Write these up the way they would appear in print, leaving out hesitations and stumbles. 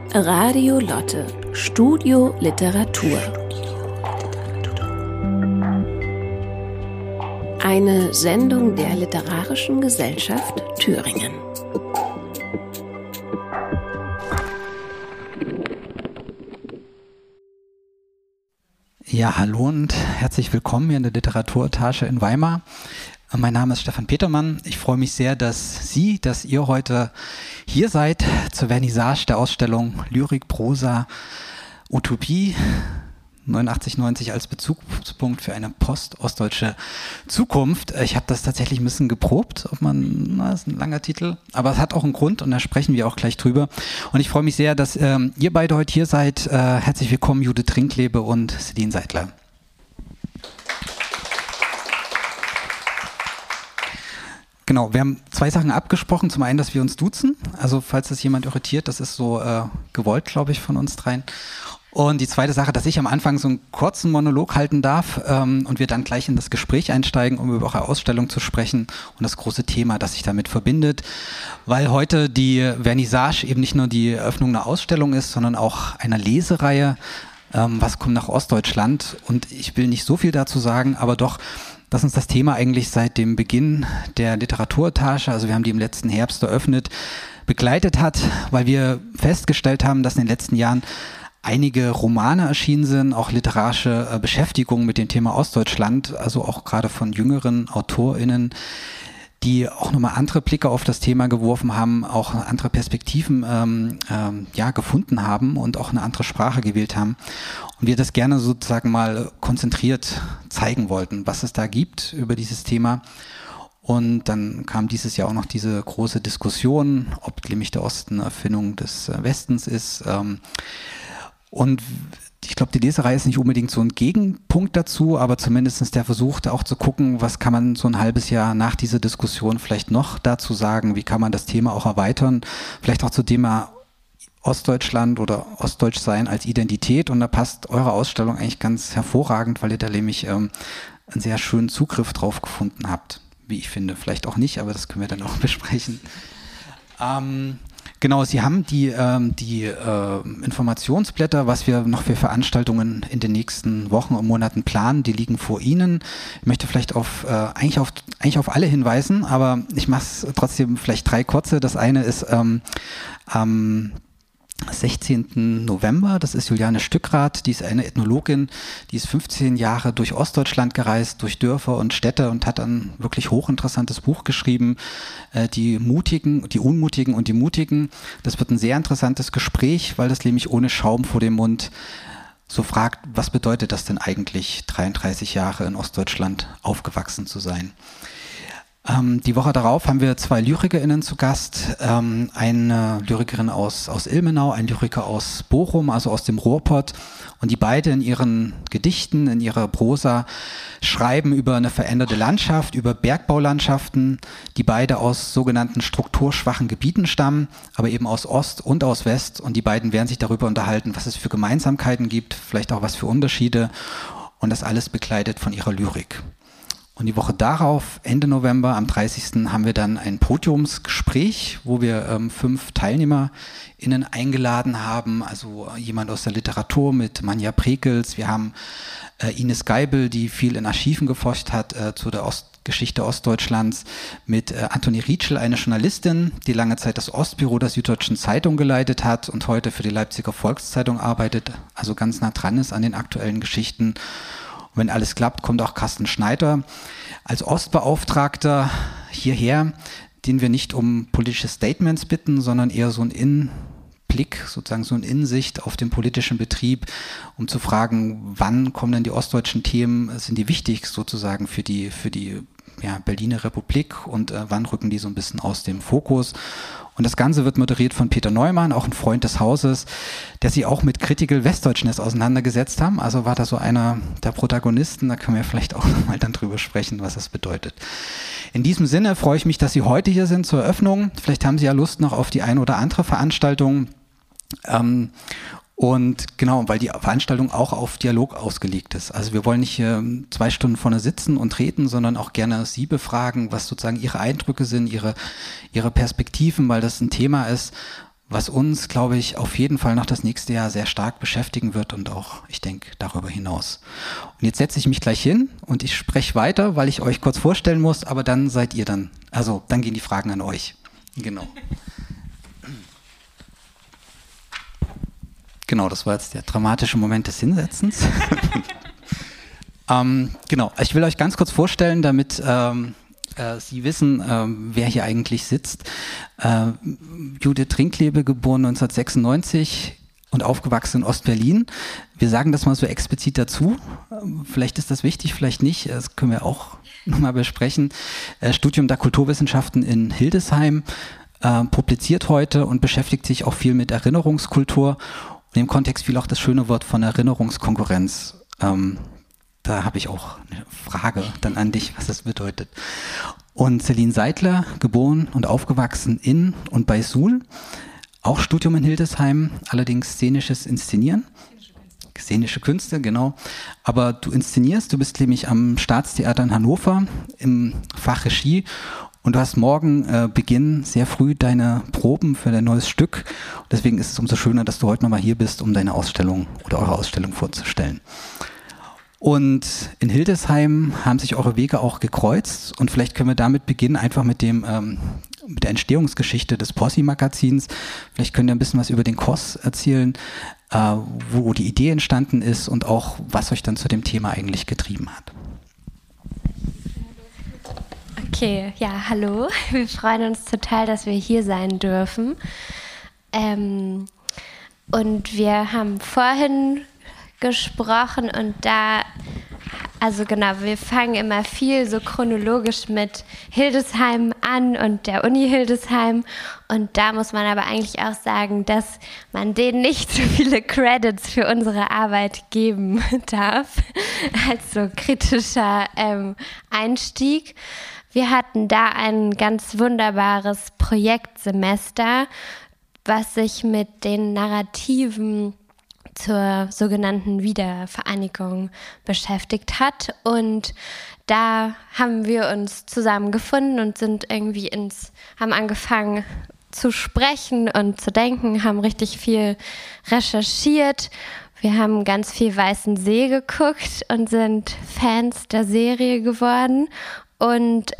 Radio Lotte, Studio Literatur. Eine Sendung der Literarischen Gesellschaft Thüringen. Ja, hallo und herzlich willkommen hier in der Literaturetage in Weimar. Mein Name ist Stefan Petermann. Ich freue mich sehr, dass ihr heute hier seid zur Vernissage der Ausstellung Lyrik, Prosa, Utopie 89/90 als Bezugspunkt für eine postostdeutsche Zukunft. Ich habe das tatsächlich ein bisschen geprobt, das ist ein langer Titel, aber es hat auch einen Grund und da sprechen wir auch gleich drüber. Und ich freue mich sehr, dass ihr beide heute hier seid. Herzlich willkommen, Judith Trinklebe und Celine Seidler. Genau, wir haben zwei Sachen abgesprochen. Zum einen, dass wir uns duzen. Also falls das jemand irritiert, das ist so gewollt, glaube ich, von uns dreien. Und die zweite Sache, dass ich am Anfang so einen kurzen Monolog halten darf und wir dann gleich in das Gespräch einsteigen, um über eure Ausstellung zu sprechen und das große Thema, das sich damit verbindet. Weil heute die Vernissage eben nicht nur die Eröffnung einer Ausstellung ist, sondern auch einer Lesereihe. Was kommt nach Ostdeutschland? Und ich will nicht so viel dazu sagen, aber doch, dass uns das Thema eigentlich seit dem Beginn der Literaturetage, also wir haben die im letzten Herbst eröffnet, begleitet hat, weil wir festgestellt haben, dass in den letzten Jahren einige Romane erschienen sind, auch literarische Beschäftigungen mit dem Thema Ostdeutschland, also auch gerade von jüngeren AutorInnen, die auch nochmal andere Blicke auf das Thema geworfen haben, auch andere Perspektiven gefunden haben und auch eine andere Sprache gewählt haben. Und wir das gerne sozusagen mal konzentriert zeigen wollten, was es da gibt über dieses Thema. Und dann kam dieses Jahr auch noch diese große Diskussion, ob nämlich der Osten eine Erfindung des Westens ist. Und ich glaube, die Leserei ist nicht unbedingt so ein Gegenpunkt dazu, aber zumindest der Versuch, da auch zu gucken, was kann man so ein halbes Jahr nach dieser Diskussion vielleicht noch dazu sagen, wie kann man das Thema auch erweitern, vielleicht auch zum Thema Ostdeutschland oder Ostdeutschsein als Identität. Und da passt eure Ausstellung eigentlich ganz hervorragend, weil ihr da nämlich einen sehr schönen Zugriff drauf gefunden habt, wie ich finde. Vielleicht auch nicht, aber das können wir dann auch besprechen. Genau, Sie haben die Informationsblätter, was wir noch für Veranstaltungen in den nächsten Wochen und Monaten planen, die liegen vor Ihnen. Ich möchte vielleicht eigentlich auf alle hinweisen, aber ich mache es trotzdem vielleicht drei kurze. Das eine ist am 16. November, das ist Juliane Stückrath, die ist eine Ethnologin, die ist 15 Jahre durch Ostdeutschland gereist, durch Dörfer und Städte und hat ein wirklich hochinteressantes Buch geschrieben, die Mutigen, die Unmutigen und die Mutigen. Das wird ein sehr interessantes Gespräch, weil das nämlich ohne Schaum vor dem Mund so fragt, was bedeutet das denn eigentlich, 33 Jahre in Ostdeutschland aufgewachsen zu sein. Die Woche darauf haben wir zwei LyrikerInnen zu Gast, eine Lyrikerin aus Ilmenau, ein Lyriker aus Bochum, also aus dem Ruhrpott, und die beide in ihren Gedichten, in ihrer Prosa schreiben über eine veränderte Landschaft, über Bergbaulandschaften, die beide aus sogenannten strukturschwachen Gebieten stammen, aber eben aus Ost und aus West, und die beiden werden sich darüber unterhalten, was es für Gemeinsamkeiten gibt, vielleicht auch was für Unterschiede, und das alles begleitet von ihrer Lyrik. Und die Woche darauf, Ende November, am 30. haben wir dann ein Podiumsgespräch, wo wir 5 TeilnehmerInnen eingeladen haben, also jemand aus der Literatur mit Manja Prekels. Wir haben Ines Geibel, die viel in Archiven geforscht hat zu der Geschichte Ostdeutschlands, mit Antonie Rietschel, eine Journalistin, die lange Zeit das Ostbüro der Süddeutschen Zeitung geleitet hat und heute für die Leipziger Volkszeitung arbeitet, also ganz nah dran ist an den aktuellen Geschichten. Und wenn alles klappt, kommt auch Carsten Schneider als Ostbeauftragter hierher, den wir nicht um politische Statements bitten, sondern eher so einen Innenblick, sozusagen so eine Innensicht auf den politischen Betrieb, um zu fragen, wann kommen denn die ostdeutschen Themen, sind die wichtig sozusagen für die Berliner Republik und wann rücken die so ein bisschen aus dem Fokus. Und das Ganze wird moderiert von Peter Neumann, auch ein Freund des Hauses, der sich auch mit Critical Westdeutschness auseinandergesetzt haben. Also war da so einer der Protagonisten, da können wir vielleicht auch mal dann drüber sprechen, was das bedeutet. In diesem Sinne freue ich mich, dass Sie heute hier sind zur Eröffnung. Vielleicht haben Sie ja Lust noch auf die ein oder andere Veranstaltung. Und genau, weil die Veranstaltung auch auf Dialog ausgelegt ist. Also wir wollen nicht hier 2 Stunden vorne sitzen und reden, sondern auch gerne Sie befragen, was sozusagen Ihre Eindrücke sind, Ihre Perspektiven, weil das ein Thema ist, was uns, glaube ich, auf jeden Fall noch das nächste Jahr sehr stark beschäftigen wird und auch, ich denke, darüber hinaus. Und jetzt setze ich mich gleich hin und ich spreche weiter, weil ich euch kurz vorstellen muss, aber dann seid ihr dann, also dann gehen die Fragen an euch. Genau. Genau, das war jetzt der dramatische Moment des Hinsetzens. Genau, ich will euch ganz kurz vorstellen, damit Sie wissen, wer hier eigentlich sitzt. Judith Trinklebe, geboren 1996 und aufgewachsen in Ostberlin. Wir sagen das mal so explizit dazu. Vielleicht ist das wichtig, vielleicht nicht. Das können wir auch nochmal besprechen. Studium der Kulturwissenschaften in Hildesheim, publiziert heute und beschäftigt sich auch viel mit Erinnerungskultur. Und im Kontext fiel auch das schöne Wort von Erinnerungskonkurrenz. Da habe ich auch eine Frage dann an dich, was das bedeutet. Und Celine Seidler, geboren und aufgewachsen in und bei Suhl. Auch Studium in Hildesheim, allerdings szenisches Inszenieren. Szenische Künste, genau. Aber du inszenierst, du bist nämlich am Staatstheater in Hannover im Fach Regie und du hast morgen Beginn sehr früh deine Proben für dein neues Stück. Deswegen ist es umso schöner, dass du heute nochmal hier bist, um deine Ausstellung oder eure Ausstellung vorzustellen. Und in Hildesheim haben sich eure Wege auch gekreuzt und vielleicht können wir damit beginnen, einfach mit der Entstehungsgeschichte des Possi-Magazins. Vielleicht könnt ihr ein bisschen was über den KOS erzählen, wo die Idee entstanden ist und auch, was euch dann zu dem Thema eigentlich getrieben hat. Okay, ja, hallo. Wir freuen uns total, dass wir hier sein dürfen. Und wir haben vorhin gesprochen und also genau, wir fangen immer viel so chronologisch mit Hildesheim an und der Uni Hildesheim und da muss man aber eigentlich auch sagen, dass man denen nicht so viele Credits für unsere Arbeit geben darf, als so kritischer Einstieg. Wir hatten da ein ganz wunderbares Projektsemester, was sich mit den Narrativen zur sogenannten Wiedervereinigung beschäftigt hat. Und da haben wir uns zusammengefunden und sind irgendwie haben angefangen zu sprechen und zu denken, haben richtig viel recherchiert. Wir haben ganz viel Weißen See geguckt und sind Fans der Serie geworden. Und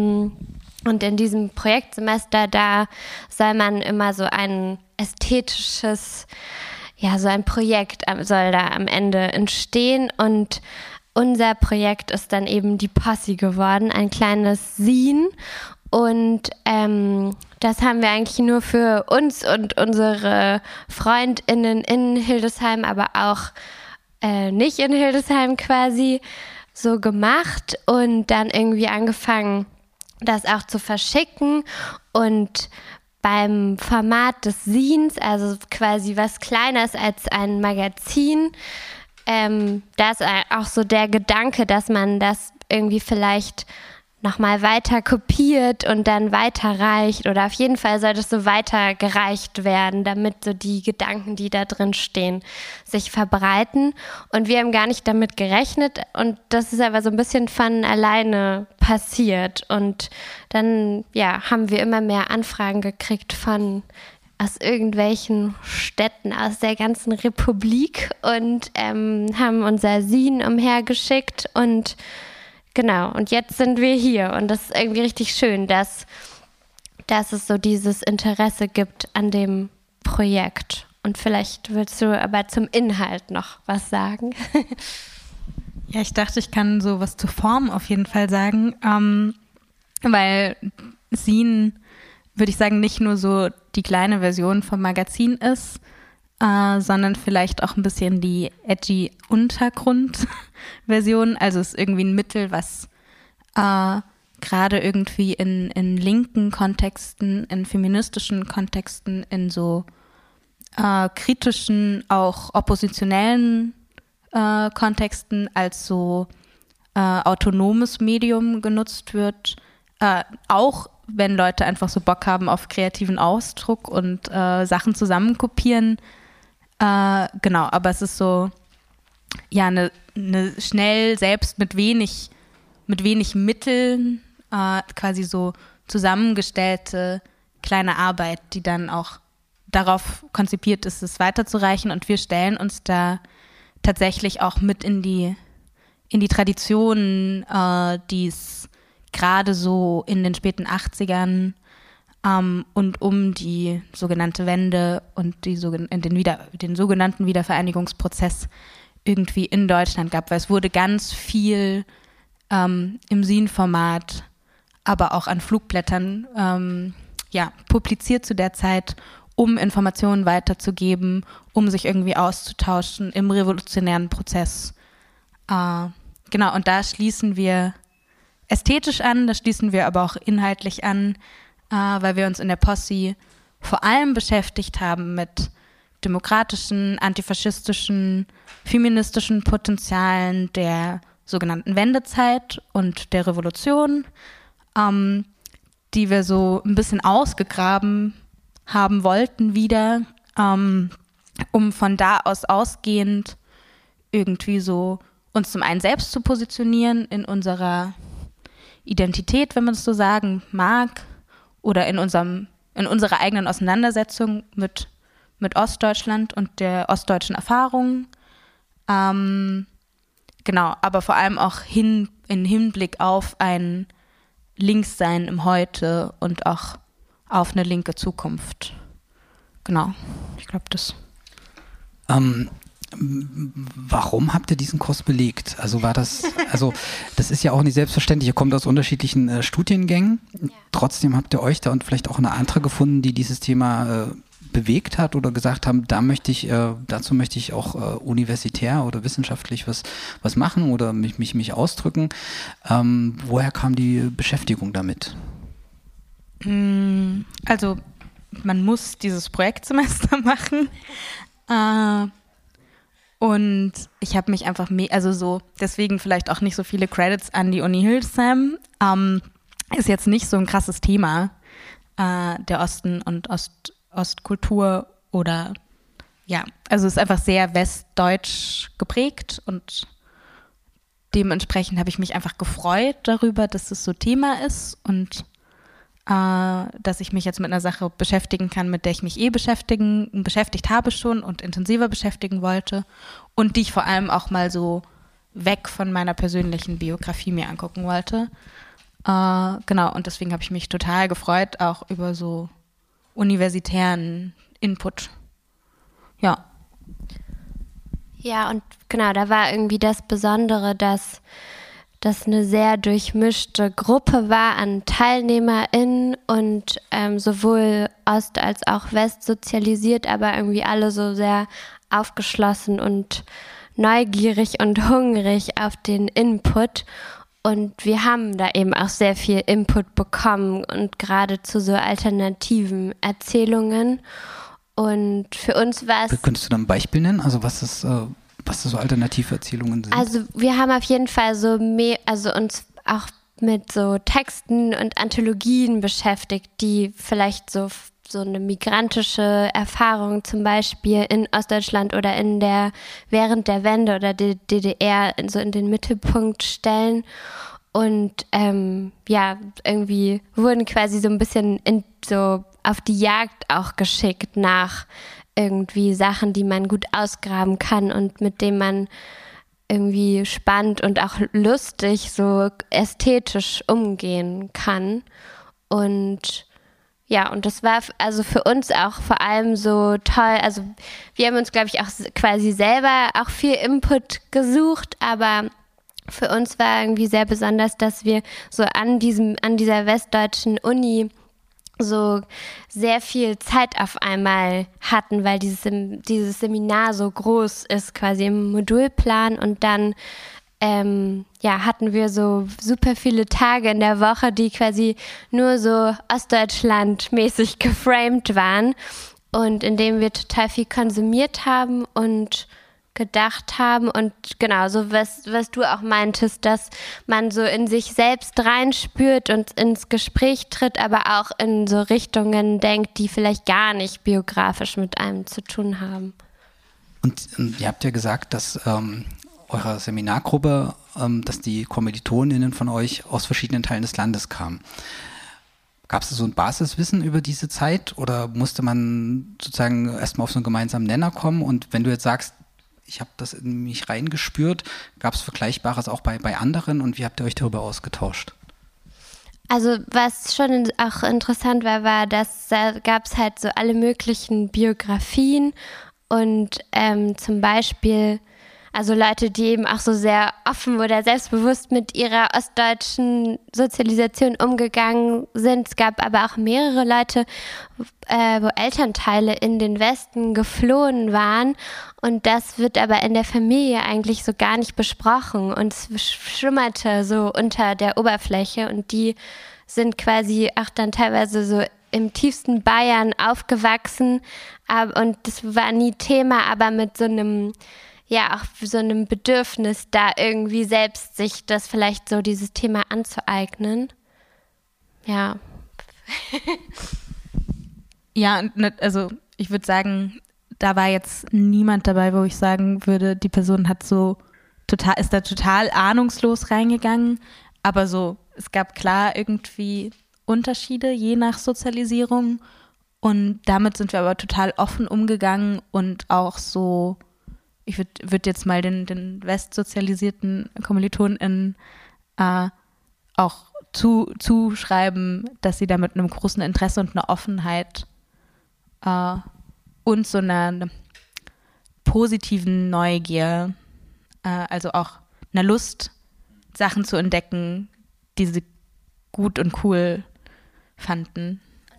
in diesem Projektsemester, da soll man immer so ein ästhetisches, ja, so ein Projekt soll da am Ende entstehen und unser Projekt ist dann eben die Possi geworden, ein kleines Zine und das haben wir eigentlich nur für uns und unsere FreundInnen in Hildesheim, aber auch nicht in Hildesheim quasi so gemacht und dann irgendwie angefangen, das auch zu verschicken und beim Format des Zines, also quasi was kleiner ist als ein Magazin, da ist auch so der Gedanke, dass man das irgendwie vielleicht nochmal weiter kopiert und dann weiterreicht oder auf jeden Fall soll das so weitergereicht werden, damit so die Gedanken, die da drin stehen, sich verbreiten und wir haben gar nicht damit gerechnet und das ist aber so ein bisschen von alleine passiert und dann haben wir immer mehr Anfragen gekriegt aus irgendwelchen Städten aus der ganzen Republik und haben unser Zine umhergeschickt und genau, und jetzt sind wir hier und das ist irgendwie richtig schön, dass es so dieses Interesse gibt an dem Projekt. Und vielleicht willst du aber zum Inhalt noch was sagen. Ja, ich dachte, ich kann so was zur Form auf jeden Fall sagen, weil Zine, würde ich sagen, nicht nur so die kleine Version vom Magazin ist, sondern vielleicht auch ein bisschen die edgy Untergrundversion. Also es ist irgendwie ein Mittel, was gerade irgendwie in linken Kontexten, in feministischen Kontexten, in so kritischen, auch oppositionellen Kontexten als so autonomes Medium genutzt wird. Auch wenn Leute einfach so Bock haben auf kreativen Ausdruck und Sachen zusammenkopieren. Genau, aber es ist so, ja, eine schnell, selbst mit wenig Mitteln, quasi so zusammengestellte kleine Arbeit, die dann auch darauf konzipiert ist, es weiterzureichen. Und wir stellen uns da tatsächlich auch mit in die Traditionen, die es gerade so in den späten 80ern und um die sogenannte Wende und den sogenannten Wiedervereinigungsprozess irgendwie in Deutschland gab, weil es wurde ganz viel im Sin-Format, aber auch an Flugblättern publiziert zu der Zeit, um Informationen weiterzugeben, um sich irgendwie auszutauschen im revolutionären Prozess. Genau, und da schließen wir ästhetisch an, da schließen wir aber auch inhaltlich an, weil wir uns in der Posse vor allem beschäftigt haben mit demokratischen, antifaschistischen, feministischen Potenzialen der sogenannten Wendezeit und der Revolution, die wir so ein bisschen ausgegraben haben wollten wieder, um von da aus ausgehend irgendwie so uns zum einen selbst zu positionieren in unserer Identität, wenn man es so sagen mag, oder in unserer eigenen Auseinandersetzung mit Ostdeutschland und der ostdeutschen Erfahrung. Genau, aber vor allem auch in Hinblick auf ein Linkssein im Heute und auch auf eine linke Zukunft. Genau, ich glaube das. Warum habt ihr diesen Kurs belegt? Also das ist ja auch nicht selbstverständlich, ihr kommt aus unterschiedlichen Studiengängen. Ja. Trotzdem habt ihr euch da und vielleicht auch eine andere gefunden, die dieses Thema bewegt hat oder gesagt haben, dazu möchte ich auch universitär oder wissenschaftlich was machen oder mich ausdrücken. Woher kam die Beschäftigung damit? Also man muss dieses Projektsemester machen. Und ich habe mich einfach, deswegen vielleicht auch nicht so viele Credits an die Uni Hildesheim. Ist jetzt nicht so ein krasses Thema, der Osten und Ostkultur oder also ist einfach sehr westdeutsch geprägt und dementsprechend habe ich mich einfach gefreut darüber, dass es so Thema ist und dass ich mich jetzt mit einer Sache beschäftigen kann, mit der ich mich beschäftigt habe schon und intensiver beschäftigen wollte und die ich vor allem auch mal so weg von meiner persönlichen Biografie mir angucken wollte. Genau, und deswegen habe ich mich total gefreut, auch über so universitären Input. Ja. Ja, und genau, da war irgendwie das Besondere, dass das eine sehr durchmischte Gruppe war an TeilnehmerInnen und sowohl Ost- als auch West sozialisiert, aber irgendwie alle so sehr aufgeschlossen und neugierig und hungrig auf den Input. Und wir haben da eben auch sehr viel Input bekommen und gerade zu so alternativen Erzählungen. Und für uns war es... Könntest du da ein Beispiel nennen? Also was so alternative Erzählungen sind? Also wir haben auf jeden Fall uns auch mit so Texten und Anthologien beschäftigt, die vielleicht so eine migrantische Erfahrung zum Beispiel in Ostdeutschland oder während der Wende oder der DDR so in den Mittelpunkt stellen. Und irgendwie wurden quasi so ein bisschen auf die Jagd auch geschickt nach irgendwie Sachen, die man gut ausgraben kann und mit denen man irgendwie spannend und auch lustig, so ästhetisch umgehen kann. Und ja, und das war also für uns auch vor allem so toll. Also wir haben uns, glaube ich, auch quasi selber auch viel Input gesucht, aber für uns war irgendwie sehr besonders, dass wir so an dieser westdeutschen Uni so sehr viel Zeit auf einmal hatten, weil dieses Seminar so groß ist, quasi im Modulplan. Und dann hatten wir so super viele Tage in der Woche, die quasi nur so Ostdeutschland-mäßig geframed waren und in denen wir total viel konsumiert haben und gedacht haben und genau, so was du auch meintest, dass man so in sich selbst reinspürt und ins Gespräch tritt, aber auch in so Richtungen denkt, die vielleicht gar nicht biografisch mit einem zu tun haben. Und ihr habt ja gesagt, dass eure Seminargruppe, dass die KommilitonInnen von euch aus verschiedenen Teilen des Landes kamen. Gab es so ein Basiswissen über diese Zeit oder musste man sozusagen erstmal auf so einen gemeinsamen Nenner kommen? Und wenn du jetzt sagst, ich habe das in mich reingespürt, gab es Vergleichbares auch bei anderen und wie habt ihr euch darüber ausgetauscht? Also was schon auch interessant war, dass da gab es halt so alle möglichen Biografien und zum Beispiel also Leute, die eben auch so sehr offen oder selbstbewusst mit ihrer ostdeutschen Sozialisation umgegangen sind. Es gab aber auch mehrere Leute, wo Elternteile in den Westen geflohen waren. Und das wird aber in der Familie eigentlich so gar nicht besprochen. Und es schlummerte so unter der Oberfläche. Und die sind quasi auch dann teilweise so im tiefsten Bayern aufgewachsen. Und das war nie Thema, aber mit so einem ja, auch so einem Bedürfnis, da irgendwie selbst sich das vielleicht so dieses Thema anzueignen. Ja. Ja, also ich würde sagen, da war jetzt niemand dabei, wo ich sagen würde, die Person ist da total ahnungslos reingegangen, aber so, es gab klar irgendwie Unterschiede je nach Sozialisierung und damit sind wir aber total offen umgegangen und auch so, ich würd jetzt mal den westsozialisierten KommilitonInnen auch zuschreiben, dass sie da mit einem großen Interesse und einer Offenheit und so einer positiven Neugier, also auch einer Lust, Sachen zu entdecken, die sie gut und cool fanden.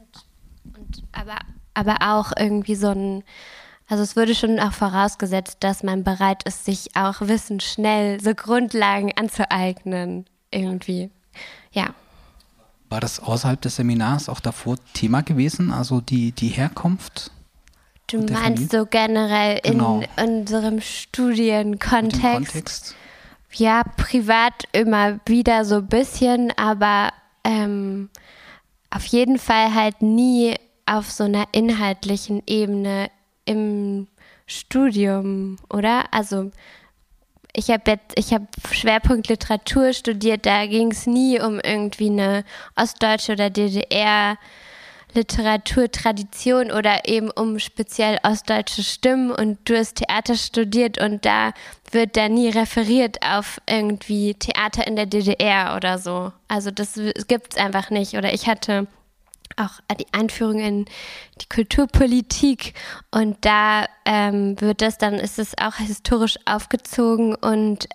Aber auch irgendwie so ein Also es wurde schon auch vorausgesetzt, dass man bereit ist, sich auch Wissen schnell, so Grundlagen anzueignen irgendwie. Ja. War das außerhalb des Seminars auch davor Thema gewesen, also die Herkunft? Du meinst so generell genau. In unserem Studienkontext? Ja, privat immer wieder so ein bisschen, aber auf jeden Fall halt nie auf so einer inhaltlichen Ebene im Studium, oder? Also ich habe Schwerpunkt Literatur studiert, da ging es nie um irgendwie eine ostdeutsche oder DDR-Literaturtradition oder eben um speziell ostdeutsche Stimmen und du hast Theater studiert und da wird da nie referiert auf irgendwie Theater in der DDR oder so. Also das gibt es einfach nicht. Oder ich hatte auch die Einführung in die Kulturpolitik und da ist es auch historisch aufgezogen und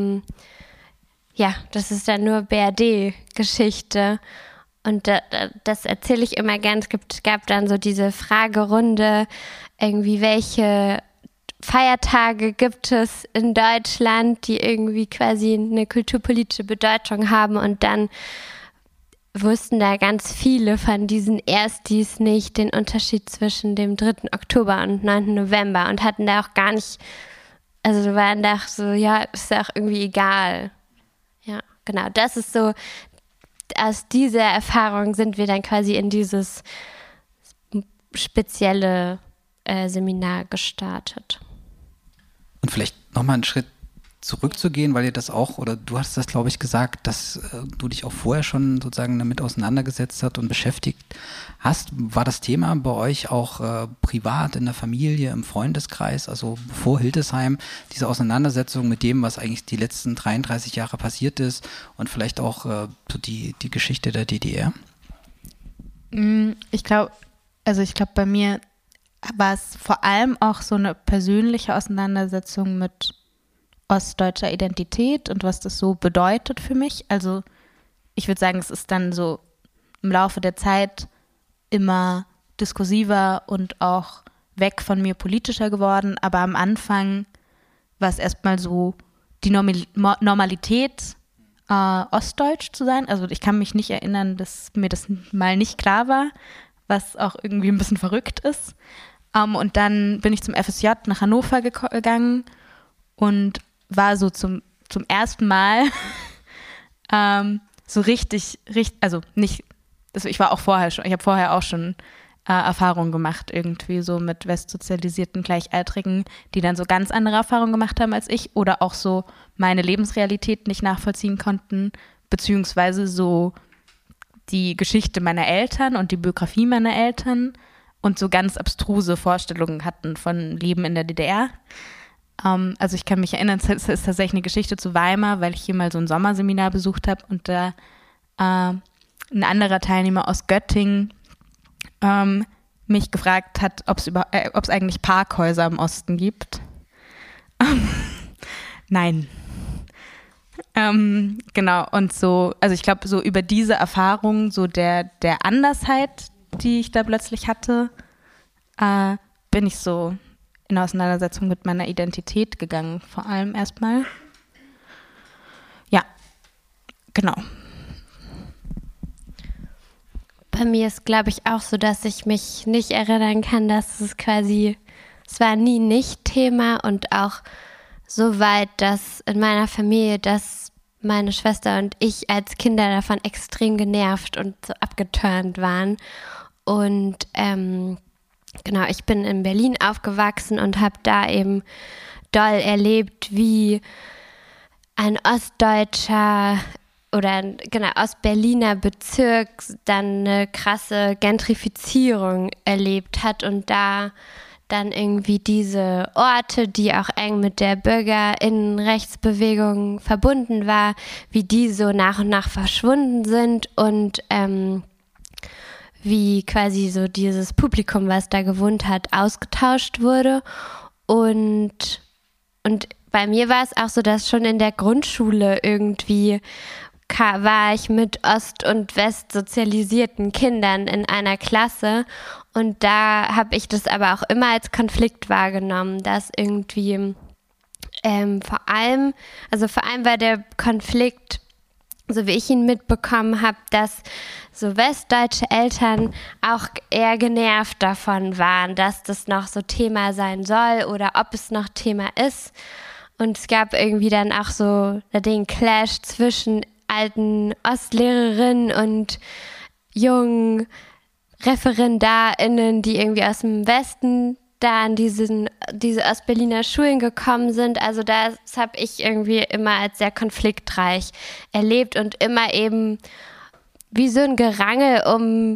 das ist dann nur BRD-Geschichte und das erzähle ich immer gern. Es gab dann so diese Fragerunde, irgendwie welche Feiertage gibt es in Deutschland, die irgendwie quasi eine kulturpolitische Bedeutung haben und dann wussten da ganz viele von diesen Erstis nicht den Unterschied zwischen dem 3. Oktober und 9. November und hatten da auch gar nicht, also waren da auch so, ja, ist ja auch irgendwie egal. Ja, genau, das ist so, aus dieser Erfahrung sind wir dann quasi in dieses spezielle Seminar gestartet. Und vielleicht nochmal einen Schritt zurückzugehen, weil ihr das auch, oder du hast das, glaube ich, gesagt, dass du dich auch vorher schon sozusagen damit auseinandergesetzt hast und beschäftigt hast. War das Thema bei euch auch privat, in der Familie, im Freundeskreis, also vor Hildesheim, diese Auseinandersetzung mit dem, was eigentlich die letzten 33 Jahre passiert ist und vielleicht auch so die Geschichte der DDR? Ich glaube, bei mir war es vor allem auch so eine persönliche Auseinandersetzung mit ostdeutscher Identität und was das so bedeutet für mich. Also ich würde sagen, es ist dann so im Laufe der Zeit immer diskursiver und auch weg von mir politischer geworden. Aber am Anfang war es erstmal so die Normalität, ostdeutsch zu sein. Also ich kann mich nicht erinnern, dass mir das mal nicht klar war, was auch irgendwie ein bisschen verrückt ist. Und dann bin ich zum FSJ nach Hannover gegangen und war so zum ersten Mal so richtig, also nicht, also ich war auch vorher schon, ich habe vorher auch schon Erfahrungen gemacht, irgendwie so mit westsozialisierten Gleichaltrigen, die dann so ganz andere Erfahrungen gemacht haben als ich oder auch so meine Lebensrealität nicht nachvollziehen konnten, beziehungsweise so die Geschichte meiner Eltern und die Biografie meiner Eltern und so ganz abstruse Vorstellungen hatten von Leben in der DDR. Also ich kann mich erinnern, es ist tatsächlich eine Geschichte zu Weimar, weil ich hier mal so ein Sommerseminar besucht habe und da ein anderer Teilnehmer aus Göttingen mich gefragt hat, ob es eigentlich Parkhäuser im Osten gibt. Nein. Genau, und so, also ich glaube, so über diese Erfahrung, so der Andersheit, die ich da plötzlich hatte, bin ich so in Auseinandersetzung mit meiner Identität gegangen, vor allem erstmal. Ja, genau. Bei mir ist, glaube ich, auch so, dass ich mich nicht erinnern kann, dass es war nie nicht Thema und auch so weit, dass in meiner Familie, dass meine Schwester und ich als Kinder davon extrem genervt und so abgeturnt waren. Und genau, ich bin in Berlin aufgewachsen und habe da eben doll erlebt, wie ein ostdeutscher oder genau Ostberliner Bezirk dann eine krasse Gentrifizierung erlebt hat und da dann irgendwie diese Orte, die auch eng mit der BürgerInnen-Rechtsbewegung verbunden war, wie die so nach und nach verschwunden sind und wie quasi so dieses Publikum, was da gewohnt hat, ausgetauscht wurde. Und bei mir war es auch so, dass schon in der Grundschule irgendwie war ich mit ost- und westsozialisierten Kindern in einer Klasse und da habe ich das aber auch immer als Konflikt wahrgenommen, dass irgendwie vor allem war der Konflikt, so wie ich ihn mitbekommen habe, dass so westdeutsche Eltern auch eher genervt davon waren, dass das noch so Thema sein soll oder ob es noch Thema ist. Und es gab irgendwie dann auch so den Clash zwischen alten Ostlehrerinnen und jungen ReferendarInnen, die irgendwie aus dem Westen da an diese Ostberliner Schulen gekommen sind. Also das habe ich irgendwie immer als sehr konfliktreich erlebt und immer eben wie so ein Gerangel um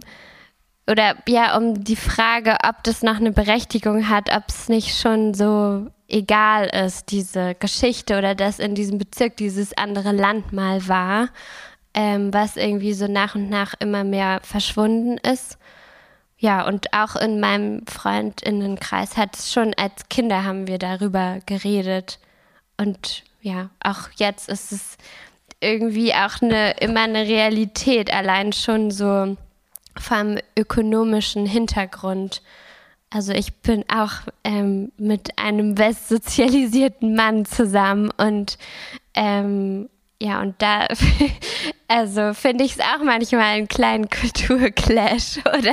die Frage, ob das noch eine Berechtigung hat, ob es nicht schon so egal ist, diese Geschichte oder dass in diesem Bezirk dieses andere Land mal war, was irgendwie so nach und nach immer mehr verschwunden ist. Ja, und auch in meinem Freundinnenkreis hat es schon als Kinder haben wir darüber geredet. Und ja, auch jetzt ist es irgendwie auch immer eine Realität, allein schon so vom ökonomischen Hintergrund. Also ich bin auch mit einem westsozialisierten Mann zusammen und und da also finde ich es auch manchmal einen kleinen Kulturclash oder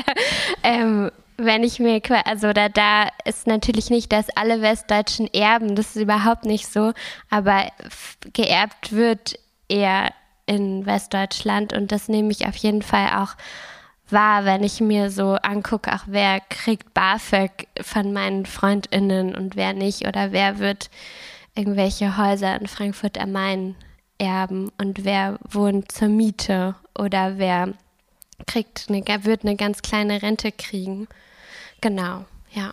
wenn ich mir da ist natürlich nicht, dass alle Westdeutschen erben, das ist überhaupt nicht so, aber geerbt wird eher in Westdeutschland und das nehme ich auf jeden Fall auch wahr, wenn ich mir so angucke, auch wer kriegt BAföG von meinen FreundInnen und wer nicht oder wer wird irgendwelche Häuser in Frankfurt am Main erben und wer wohnt zur Miete oder wer wird eine ganz kleine Rente kriegen. Genau, ja.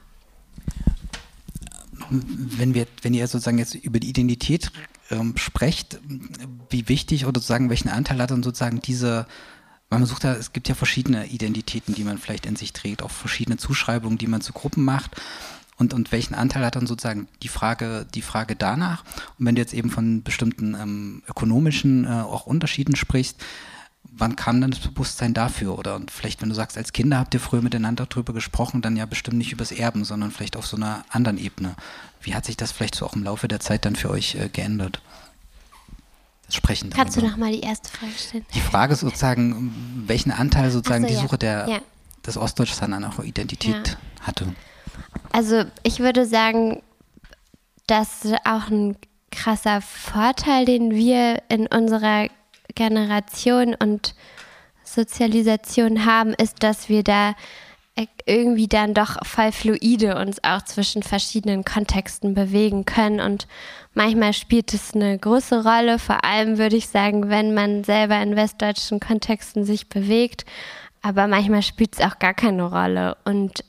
Wenn ihr sozusagen jetzt über die Identität sprecht, wie wichtig oder sozusagen welchen Anteil hat dann sozusagen man sucht ja, es gibt ja verschiedene Identitäten, die man vielleicht in sich trägt, auch verschiedene Zuschreibungen, die man zu Gruppen macht. Und welchen Anteil hat dann sozusagen die Frage danach? Und wenn du jetzt eben von bestimmten ökonomischen auch Unterschieden sprichst, wann kam dann das Bewusstsein dafür? Oder vielleicht, wenn du sagst, als Kinder habt ihr früher miteinander drüber gesprochen, dann ja bestimmt nicht übers Erben, sondern vielleicht auf so einer anderen Ebene. Wie hat sich das vielleicht so auch im Laufe der Zeit dann für euch geändert? Das Sprechen darüber. Kannst du nochmal die erste Frage stellen? Die Frage ist sozusagen, welchen Anteil sozusagen die Suche des Ostdeutschlands an eurer Identität hatte? Also ich würde sagen, das ist auch ein krasser Vorteil, den wir in unserer Generation und Sozialisation haben, ist, dass wir da irgendwie dann doch voll fluide uns auch zwischen verschiedenen Kontexten bewegen können und manchmal spielt es eine große Rolle, vor allem würde ich sagen, wenn man selber in westdeutschen Kontexten sich bewegt, aber manchmal spielt es auch gar keine Rolle und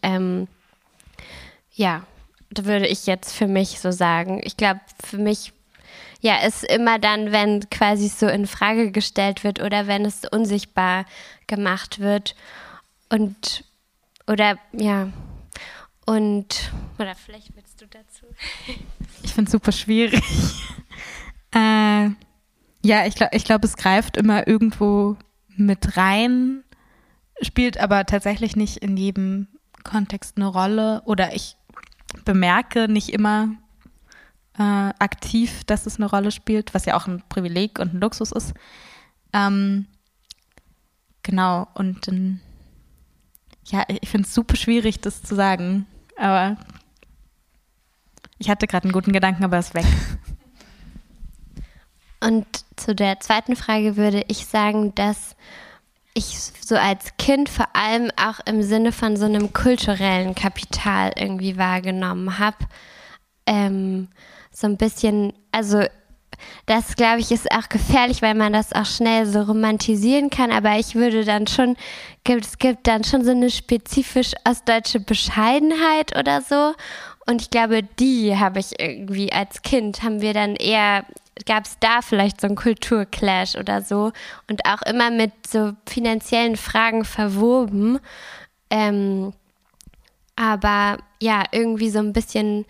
ja, da würde ich jetzt für mich so sagen. Ich glaube, für mich ja, ist immer dann, wenn quasi so in Frage gestellt wird oder wenn es unsichtbar gemacht wird oder vielleicht willst du dazu? Ich finde es super schwierig. Ja, ich glaube, es greift immer irgendwo mit rein, spielt aber tatsächlich nicht in jedem Kontext eine Rolle oder ich bemerke nicht immer aktiv, dass es eine Rolle spielt, was ja auch ein Privileg und ein Luxus ist. Genau, und ja, ich finde es super schwierig, das zu sagen, aber ich hatte gerade einen guten Gedanken, aber er ist weg. Und zu der zweiten Frage würde ich sagen, dass ich so als Kind vor allem auch im Sinne von so einem kulturellen Kapital irgendwie wahrgenommen habe. So ein bisschen, also das, glaube ich, ist auch gefährlich, weil man das auch schnell so romantisieren kann, aber ich würde dann schon, es gibt dann schon so eine spezifisch ostdeutsche Bescheidenheit oder so und ich glaube, die habe ich irgendwie als Kind, gab es da vielleicht so einen Kulturclash oder so und auch immer mit so finanziellen Fragen verwoben, aber ja, irgendwie so ein bisschen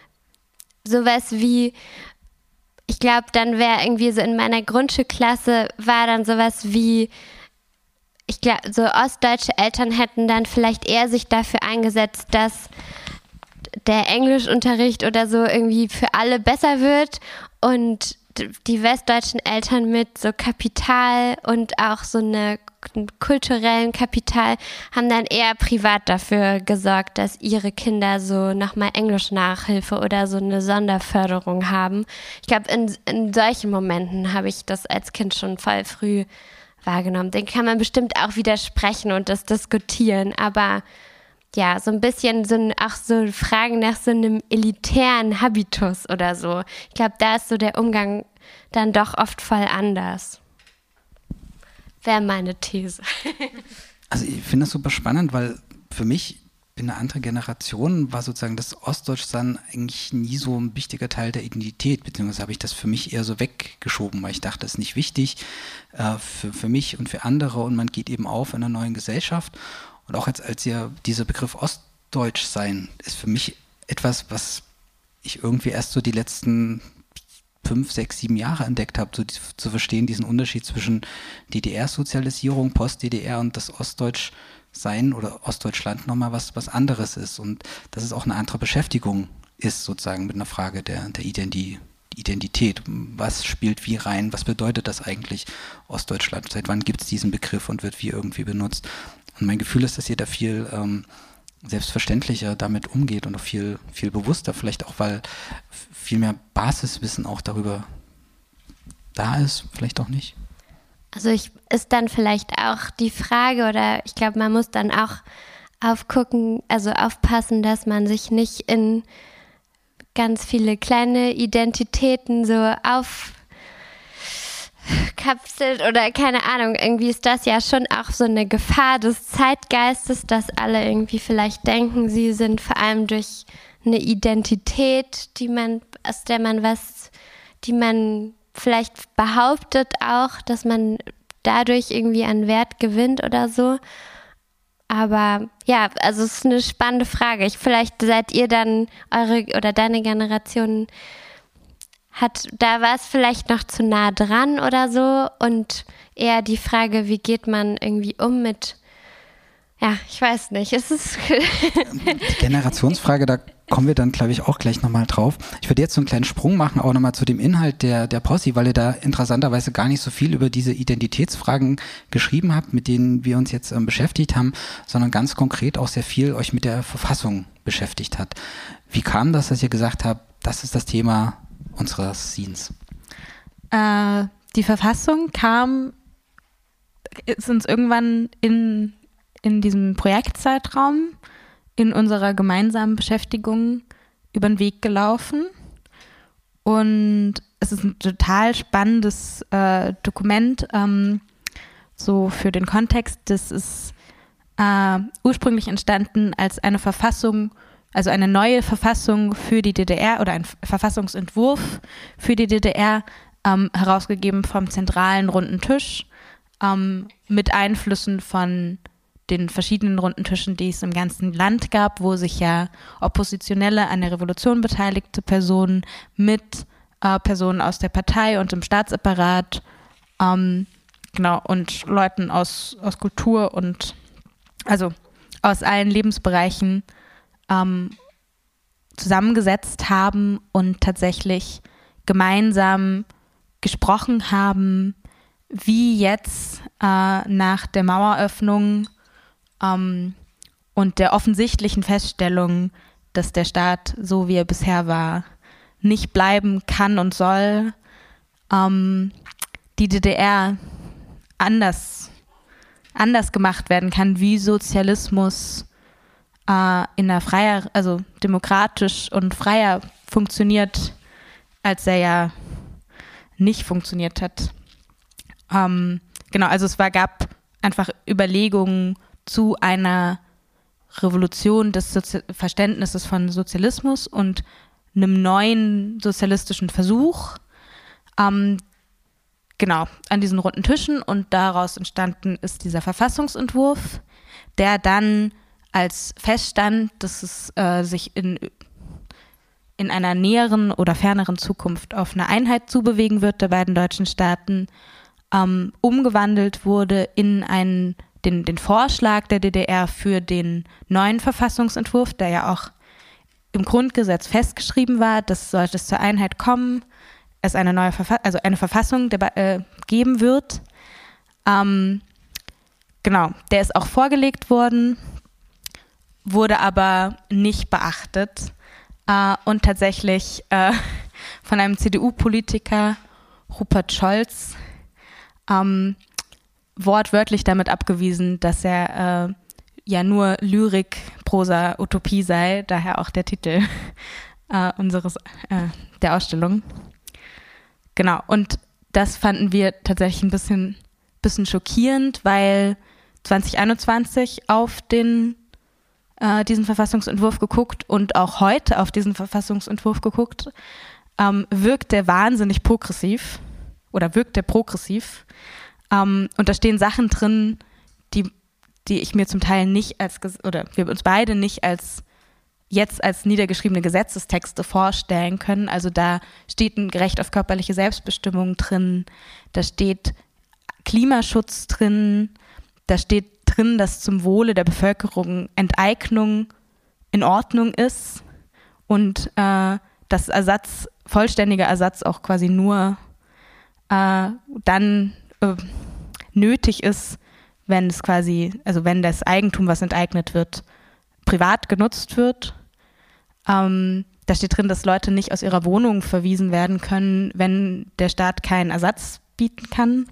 sowas wie, ich glaube, dann wäre irgendwie so in meiner Grundschulklasse war dann sowas wie, ich glaube, so ostdeutsche Eltern hätten dann vielleicht eher sich dafür eingesetzt, dass der Englischunterricht oder so irgendwie für alle besser wird und die westdeutschen Eltern mit so Kapital und auch so eine kulturellen Kapital haben dann eher privat dafür gesorgt, dass ihre Kinder so nochmal Englisch-Nachhilfe oder so eine Sonderförderung haben. Ich glaube, in solchen Momenten habe ich das als Kind schon voll früh wahrgenommen. Den kann man bestimmt auch widersprechen und das diskutieren, aber ja, so ein bisschen auch so Fragen nach so einem elitären Habitus oder so. Ich glaube, da ist so der Umgang dann doch oft voll anders. Wäre meine These. Also ich finde das super spannend, weil für mich in einer anderen Generation war sozusagen das Ostdeutschsein eigentlich nie so ein wichtiger Teil der Identität, beziehungsweise habe ich das für mich eher so weggeschoben, weil ich dachte, das ist nicht wichtig für mich und für andere und man geht eben auf in einer neuen Gesellschaft. Und auch als ihr dieser Begriff Ostdeutschsein ist für mich etwas, was ich irgendwie erst so die letzten 5, 6, 7 Jahre entdeckt habe, so zu verstehen, diesen Unterschied zwischen DDR-Sozialisierung, Post-DDR und das Ostdeutschsein oder Ostdeutschland nochmal was anderes ist und dass es auch eine andere Beschäftigung ist, sozusagen mit einer Frage der Identität. Was spielt wie rein? Was bedeutet das eigentlich Ostdeutschland? Seit wann gibt es diesen Begriff und wird wie irgendwie benutzt? Und mein Gefühl ist, dass ihr da viel selbstverständlicher damit umgeht und auch viel, viel bewusster, vielleicht auch, weil viel mehr Basiswissen auch darüber da ist, vielleicht auch nicht. Also ist dann vielleicht auch die Frage oder ich glaube, man muss dann auch aufpassen, dass man sich nicht in ganz viele kleine Identitäten so aufkapselt oder keine Ahnung, irgendwie ist das ja schon auch so eine Gefahr des Zeitgeistes, dass alle irgendwie vielleicht denken, sie sind vor allem durch eine Identität, die man vielleicht behauptet auch, dass man dadurch irgendwie an Wert gewinnt oder so. Aber ja, also es ist eine spannende Frage. Vielleicht seid ihr dann deine Generation da war es vielleicht noch zu nah dran oder so und eher die Frage, wie geht man irgendwie um mit, ja, ich weiß nicht, es ist die Generationsfrage, da kommen wir dann, glaube ich, auch gleich nochmal drauf. Ich würde jetzt so einen kleinen Sprung machen, auch nochmal zu dem Inhalt der Posse, weil ihr da interessanterweise gar nicht so viel über diese Identitätsfragen geschrieben habt, mit denen wir uns jetzt beschäftigt haben, sondern ganz konkret auch sehr viel euch mit der Verfassung beschäftigt hat. Wie kam das, dass ihr gesagt habt, das ist das Thema unseres Scenes? Die Verfassung ist uns irgendwann in in diesem Projektzeitraum in unserer gemeinsamen Beschäftigung über den Weg gelaufen. Und es ist ein total spannendes Dokument, so für den Kontext. Das ist ursprünglich entstanden als eine Verfassung, also eine neue Verfassung für die DDR oder ein Verfassungsentwurf für die DDR, herausgegeben vom Zentralen Runden Tisch, mit Einflüssen von den verschiedenen runden Tischen, die es im ganzen Land gab, wo sich ja Oppositionelle an der Revolution beteiligte Personen mit Personen aus der Partei und im Staatsapparat, genau, und Leuten aus Kultur und also aus allen Lebensbereichen zusammengesetzt haben und tatsächlich gemeinsam gesprochen haben, wie jetzt nach der Maueröffnung und der offensichtlichen Feststellung, dass der Staat, so wie er bisher war, nicht bleiben kann und soll, die DDR anders gemacht werden kann, wie Sozialismus in einer freier, also demokratisch und freier funktioniert, als er ja nicht funktioniert hat. Genau, also es gab einfach Überlegungen zu einer Revolution des Verständnisses von Sozialismus und einem neuen sozialistischen Versuch, genau, an diesen runden Tischen, und daraus entstanden ist dieser Verfassungsentwurf, der dann als feststand, dass es sich in einer näheren oder ferneren Zukunft auf eine Einheit zubewegen wird der beiden deutschen Staaten, umgewandelt wurde in den Vorschlag der DDR für den neuen Verfassungsentwurf, der ja auch im Grundgesetz festgeschrieben war, dass sollte es zur Einheit kommen, es eine neue eine Verfassung geben wird. Genau, der ist auch vorgelegt worden, wurde aber nicht beachtet und tatsächlich von einem CDU-Politiker, Rupert Scholz, wortwörtlich damit abgewiesen, dass er ja nur Lyrik, Prosa, Utopie sei, daher auch der Titel der Ausstellung. Genau, und das fanden wir tatsächlich ein bisschen schockierend, weil 2021 auf diesen Verfassungsentwurf geguckt und auch heute auf diesen Verfassungsentwurf geguckt, wirkt der wahnsinnig progressiv oder wirkt der progressiv. Und da stehen Sachen drin, die ich mir zum Teil nicht oder wir uns beide nicht als niedergeschriebene Gesetzestexte vorstellen können. Also da steht ein Recht auf körperliche Selbstbestimmung drin, da steht Klimaschutz drin, da steht drin, dass zum Wohle der Bevölkerung Enteignung in Ordnung ist und dass vollständiger Ersatz auch quasi nur dann nötig ist, wenn wenn das Eigentum, was enteignet wird, privat genutzt wird. Da steht drin, dass Leute nicht aus ihrer Wohnung verwiesen werden können, wenn der Staat keinen Ersatz bieten kann.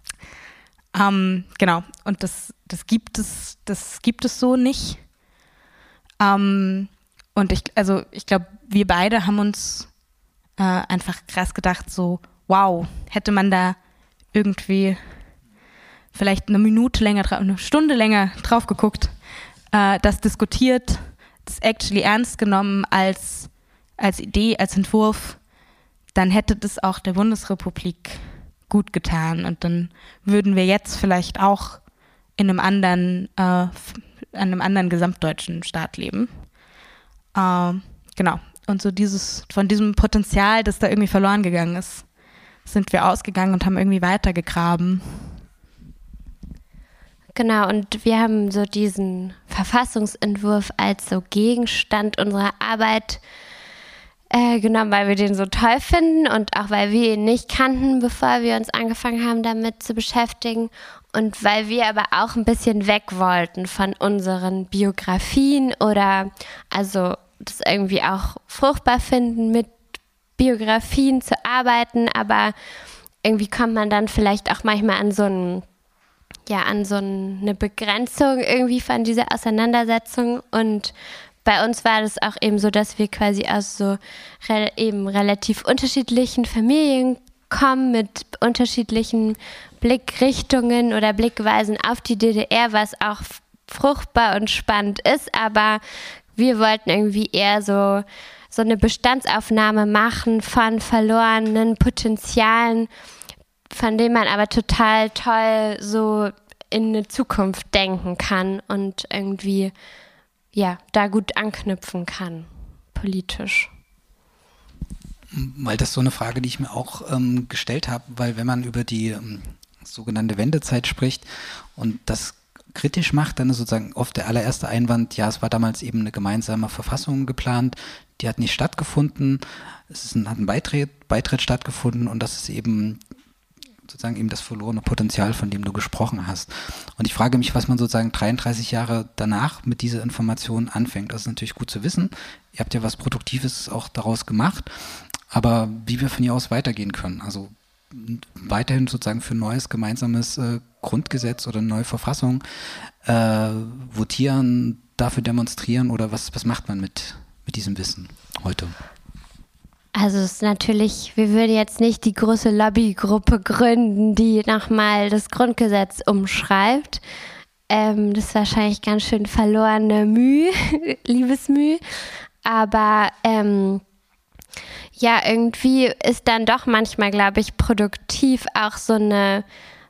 Genau, und das gibt es so nicht. Und ich glaube, wir beide haben uns einfach krass gedacht, so, wow, hätte man da irgendwie vielleicht eine Stunde länger drauf geguckt, das diskutiert, das actually ernst genommen als Idee, als Entwurf, dann hätte das auch der Bundesrepublik gut getan. Und dann würden wir jetzt vielleicht auch in einem anderen gesamtdeutschen Staat leben. Genau. Und so von diesem Potenzial, das da irgendwie verloren gegangen ist, sind wir ausgegangen und haben irgendwie weitergegraben. Genau, und wir haben so diesen Verfassungsentwurf als so Gegenstand unserer Arbeit genommen, weil wir den so toll finden und auch weil wir ihn nicht kannten, bevor wir uns angefangen haben, damit zu beschäftigen, und weil wir aber auch ein bisschen weg wollten von unseren Biografien oder also das irgendwie auch fruchtbar finden, mit Biografien zu arbeiten, aber irgendwie kommt man dann vielleicht auch manchmal an so einen an so eine Begrenzung irgendwie von dieser Auseinandersetzung. Und bei uns war das auch eben so, dass wir quasi aus so eben relativ unterschiedlichen Familien kommen mit unterschiedlichen Blickrichtungen oder Blickweisen auf die DDR, was auch fruchtbar und spannend ist, aber wir wollten irgendwie eher so eine Bestandsaufnahme machen von verlorenen Potenzialen, von denen man aber total toll so in eine Zukunft denken kann und irgendwie da gut anknüpfen kann, politisch. Weil das ist so eine Frage, die ich mir auch gestellt habe, weil wenn man über die sogenannte Wendezeit spricht und das kritisch macht, dann ist sozusagen oft der allererste Einwand, ja, es war damals eben eine gemeinsame Verfassung geplant, die hat nicht stattgefunden, hat ein Beitritt stattgefunden und das ist eben sozusagen eben das verlorene Potenzial, von dem du gesprochen hast. Und ich frage mich, was man sozusagen 33 Jahre danach mit dieser Information anfängt. Das ist natürlich gut zu wissen. Ihr habt ja was Produktives auch daraus gemacht, aber wie wir von hier aus weitergehen können, also weiterhin sozusagen für ein neues gemeinsames Grundgesetz oder eine neue Verfassung votieren, dafür demonstrieren oder was macht man mit diesem Wissen heute? Also es ist natürlich, wir würden jetzt nicht die große Lobbygruppe gründen, die nochmal das Grundgesetz umschreibt. Das ist wahrscheinlich ganz schön verlorene Mühe, Liebesmühe. Aber irgendwie ist dann doch manchmal, glaube ich, produktiv auch so eine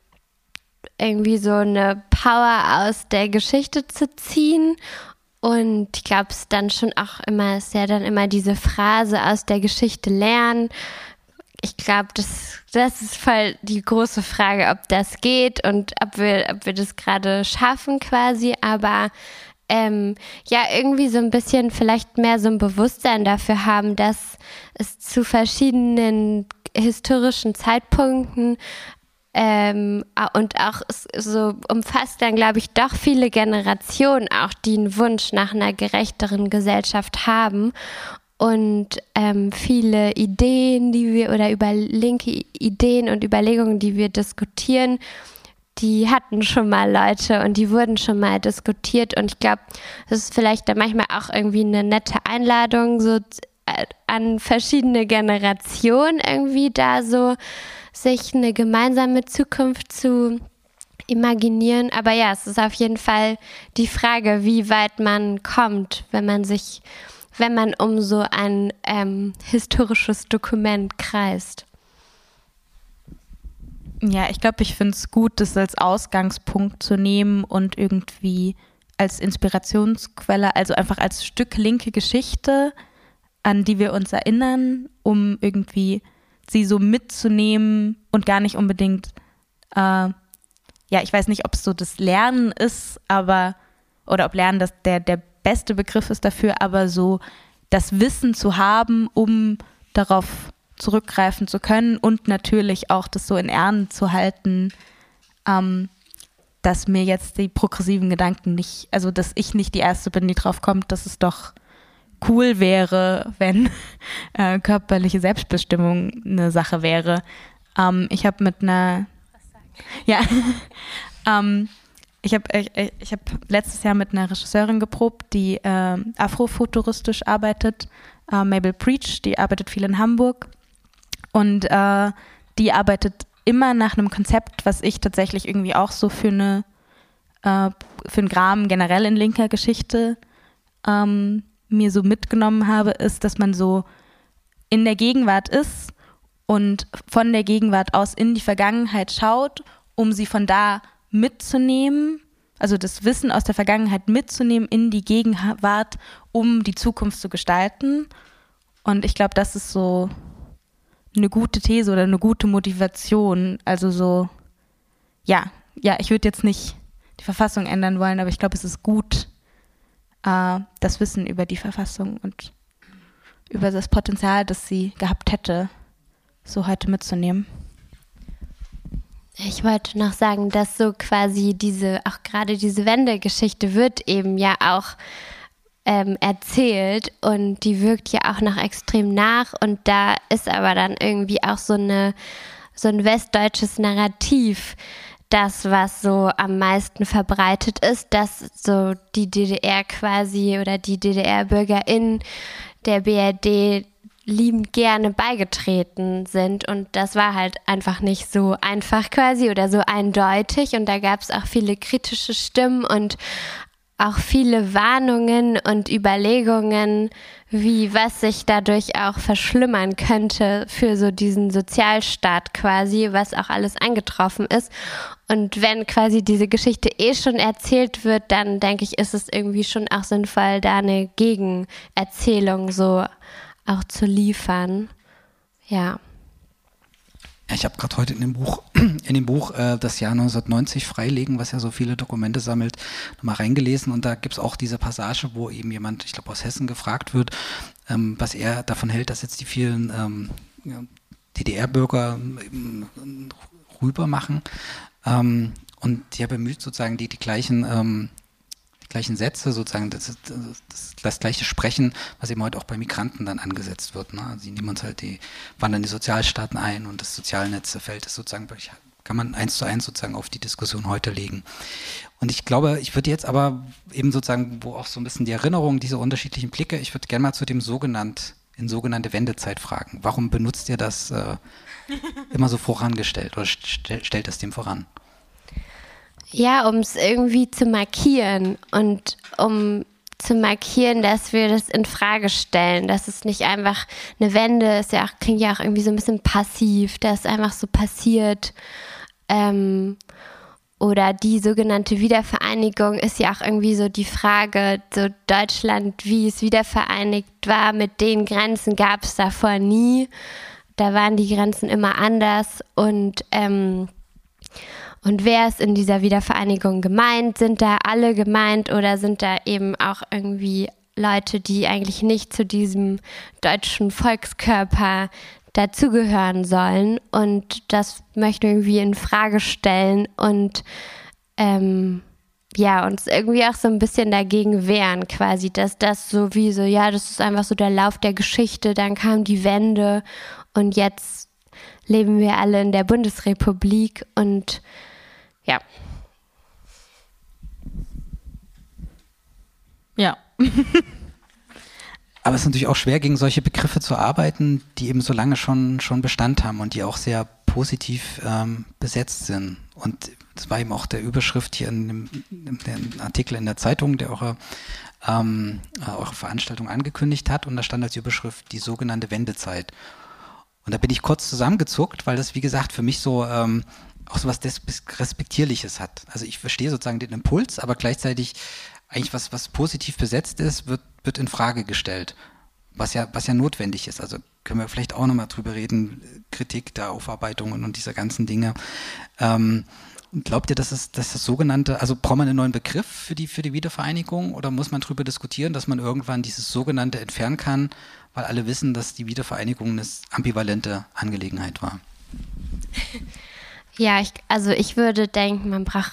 Power aus der Geschichte zu ziehen. Und ich glaube, es ist dann schon auch ist ja dann immer diese Phrase aus der Geschichte lernen. Ich glaube, das ist voll die große Frage, ob das geht und ob wir das gerade schaffen quasi. Aber irgendwie so ein bisschen vielleicht mehr so ein Bewusstsein dafür haben, dass es zu verschiedenen historischen Zeitpunkten und auch so umfasst dann, glaube ich, doch viele Generationen auch, die einen Wunsch nach einer gerechteren Gesellschaft haben und viele Ideen, über linke Ideen und Überlegungen, die wir diskutieren, die hatten schon mal Leute und die wurden schon mal diskutiert und ich glaube, das ist vielleicht dann manchmal auch irgendwie eine nette Einladung so an verschiedene Generationen irgendwie da so sich eine gemeinsame Zukunft zu imaginieren. Aber ja, es ist auf jeden Fall die Frage, wie weit man kommt, wenn man um so ein historisches Dokument kreist. Ja, ich glaube, ich finde es gut, das als Ausgangspunkt zu nehmen und irgendwie als Inspirationsquelle, also einfach als Stück linke Geschichte, an die wir uns erinnern, um irgendwie sie so mitzunehmen und gar nicht unbedingt, ich weiß nicht, ob es so das Lernen ist, oder ob Lernen der beste Begriff ist dafür, aber so das Wissen zu haben, um darauf zurückgreifen zu können und natürlich auch das so in Ehren zu halten, dass mir jetzt die progressiven Gedanken dass ich nicht die Erste bin, die drauf kommt, dass es doch cool wäre, wenn körperliche Selbstbestimmung eine Sache wäre. Ich habe mit einer ich habe letztes Jahr mit einer Regisseurin geprobt, die afrofuturistisch arbeitet, Mabel Preach, die arbeitet viel in Hamburg und die arbeitet immer nach einem Konzept, was ich tatsächlich irgendwie auch so für einen Graben generell in linker Geschichte mir so mitgenommen habe, ist, dass man so in der Gegenwart ist und von der Gegenwart aus in die Vergangenheit schaut, um sie von da mitzunehmen, also das Wissen aus der Vergangenheit mitzunehmen in die Gegenwart, um die Zukunft zu gestalten. Und ich glaube, das ist so eine gute These oder eine gute Motivation. Also so, ich würde jetzt nicht die Verfassung ändern wollen, aber ich glaube, es ist gut, das Wissen über die Verfassung und über das Potenzial, das sie gehabt hätte, so heute mitzunehmen. Ich wollte noch sagen, dass so quasi gerade diese Wendegeschichte wird eben ja auch erzählt und die wirkt ja auch noch extrem nach und da ist aber dann irgendwie auch so ein westdeutsches Narrativ, das, was so am meisten verbreitet ist, dass so die DDR quasi oder die DDR-BürgerInnen der BRD liebend gerne beigetreten sind und das war halt einfach nicht so einfach quasi oder so eindeutig und da gab es auch viele kritische Stimmen und auch viele Warnungen und Überlegungen, wie was sich dadurch auch verschlimmern könnte für so diesen Sozialstaat quasi, was auch alles eingetroffen ist. Und wenn quasi diese Geschichte schon erzählt wird, dann denke ich, ist es irgendwie schon auch sinnvoll, da eine Gegenerzählung so auch zu liefern. Ja. Ich habe gerade heute in dem Buch das Jahr 1990 freilegen, was ja so viele Dokumente sammelt, nochmal reingelesen und da gibt es auch diese Passage, wo eben jemand, ich glaube aus Hessen, gefragt wird, was er davon hält, dass jetzt die vielen DDR-Bürger rüber machen und der bemüht sozusagen die gleichen Sätze, sozusagen das gleiche Sprechen, was eben heute auch bei Migranten dann angesetzt wird. Ne? Sie nehmen uns halt wandern die Sozialstaaten ein und das Sozialnetz fällt es sozusagen, kann man 1:1 sozusagen auf die Diskussion heute legen. Und ich glaube, ich würde jetzt aber eben sozusagen, wo auch so ein bisschen die Erinnerung, diese unterschiedlichen Blicke, ich würde gerne mal zu dem sogenannte Wendezeit fragen. Warum benutzt ihr das immer so vorangestellt oder stellt das dem voran? Ja, um es irgendwie zu markieren und um zu markieren, dass wir das in Frage stellen, dass es nicht einfach eine Wende ist, klingt ja auch irgendwie so ein bisschen passiv, dass einfach so passiert oder die sogenannte Wiedervereinigung ist ja auch irgendwie so die Frage, so Deutschland, wie es wiedervereinigt war, mit den Grenzen gab es davor nie, da waren die Grenzen immer anders und wer ist in dieser Wiedervereinigung gemeint? Sind da alle gemeint oder sind da eben auch irgendwie Leute, die eigentlich nicht zu diesem deutschen Volkskörper dazugehören sollen? Und das möchten wir irgendwie in Frage stellen und uns irgendwie auch so ein bisschen dagegen wehren quasi, dass das so wie so, ja, das ist einfach so der Lauf der Geschichte, dann kam die Wende und jetzt leben wir alle in der Bundesrepublik und ja. Ja. Aber es ist natürlich auch schwer, gegen solche Begriffe zu arbeiten, die eben so lange schon Bestand haben und die auch sehr positiv besetzt sind. Und das war eben auch der Überschrift hier in dem Artikel in der Zeitung, der eure Veranstaltung angekündigt hat. Und da stand als Überschrift die sogenannte Wendezeit. Und da bin ich kurz zusammengezuckt, weil das, wie gesagt, für mich so auch so was Respektierliches hat. Also ich verstehe sozusagen den Impuls, aber gleichzeitig eigentlich was positiv besetzt ist, wird in Frage gestellt, was ja notwendig ist. Also können wir vielleicht auch nochmal drüber reden, Kritik der Aufarbeitungen und dieser ganzen Dinge. Glaubt ihr, dass das sogenannte, also braucht man einen neuen Begriff für die Wiedervereinigung oder muss man darüber diskutieren, dass man irgendwann dieses sogenannte entfernen kann, weil alle wissen, dass die Wiedervereinigung eine ambivalente Angelegenheit war? Ja, ich würde denken, man braucht,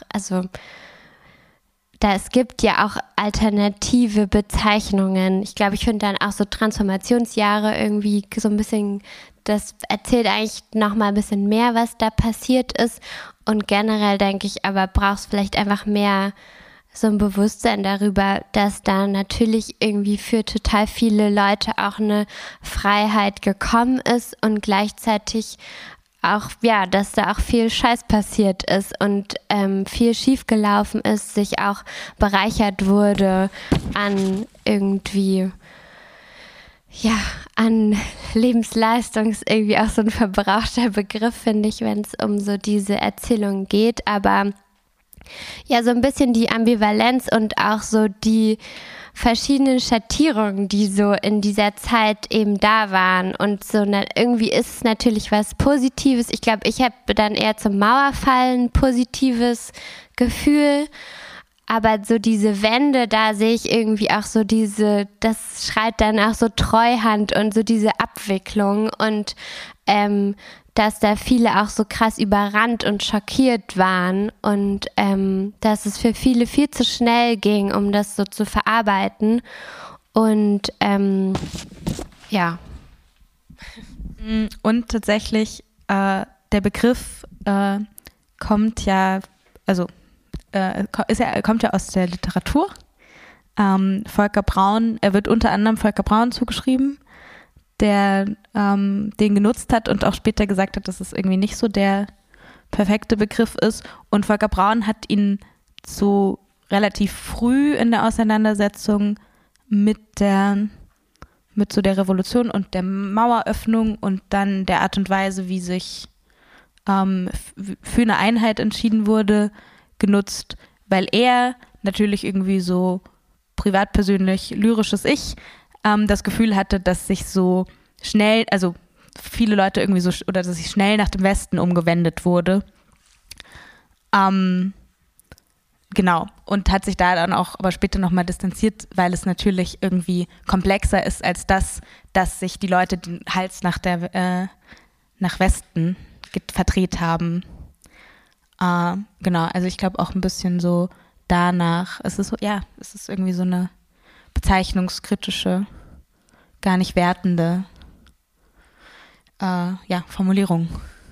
es gibt ja auch alternative Bezeichnungen. Ich glaube, ich finde dann auch so Transformationsjahre irgendwie so ein bisschen, das erzählt eigentlich nochmal ein bisschen mehr, was da passiert ist. Und generell denke ich, aber brauchst vielleicht einfach mehr so ein Bewusstsein darüber, dass da natürlich irgendwie für total viele Leute auch eine Freiheit gekommen ist und gleichzeitig auch, ja, dass da auch viel Scheiß passiert ist und viel schiefgelaufen ist, sich auch bereichert wurde an irgendwie, ja, an Lebensleistung ist irgendwie auch so ein verbrauchter Begriff, finde ich, wenn es um so diese Erzählung geht, aber ja, so ein bisschen die Ambivalenz und auch so die verschiedenen Schattierungen, die so in dieser Zeit eben da waren und so irgendwie ist es natürlich was Positives. Ich glaube, ich habe dann eher zum Mauerfall ein positives Gefühl, aber so diese Wende, da sehe ich irgendwie auch so das schreit dann auch so Treuhand und so diese Abwicklung und dass da viele auch so krass überrannt und schockiert waren und dass es für viele viel zu schnell ging, um das so zu verarbeiten. Und ja. Und tatsächlich der Begriff kommt ja aus der Literatur. Volker Braun, er wird unter anderem Volker Braun zugeschrieben, der den genutzt hat und auch später gesagt hat, dass es irgendwie nicht so der perfekte Begriff ist. Und Volker Braun hat ihn so relativ früh in der Auseinandersetzung mit so der Revolution und der Maueröffnung und dann der Art und Weise, wie sich für eine Einheit entschieden wurde, genutzt, weil er natürlich irgendwie so privat-persönlich lyrisches Ich das Gefühl hatte, dass sich so schnell, also viele Leute irgendwie so, oder dass sich schnell nach dem Westen umgewendet wurde. Genau. Und hat sich da dann auch aber später nochmal distanziert, weil es natürlich irgendwie komplexer ist als das, dass sich die Leute den Hals nach Westen verdreht haben. Genau, also ich glaube auch ein bisschen so danach, es ist irgendwie so eine bezeichnungskritische, gar nicht wertende Formulierung.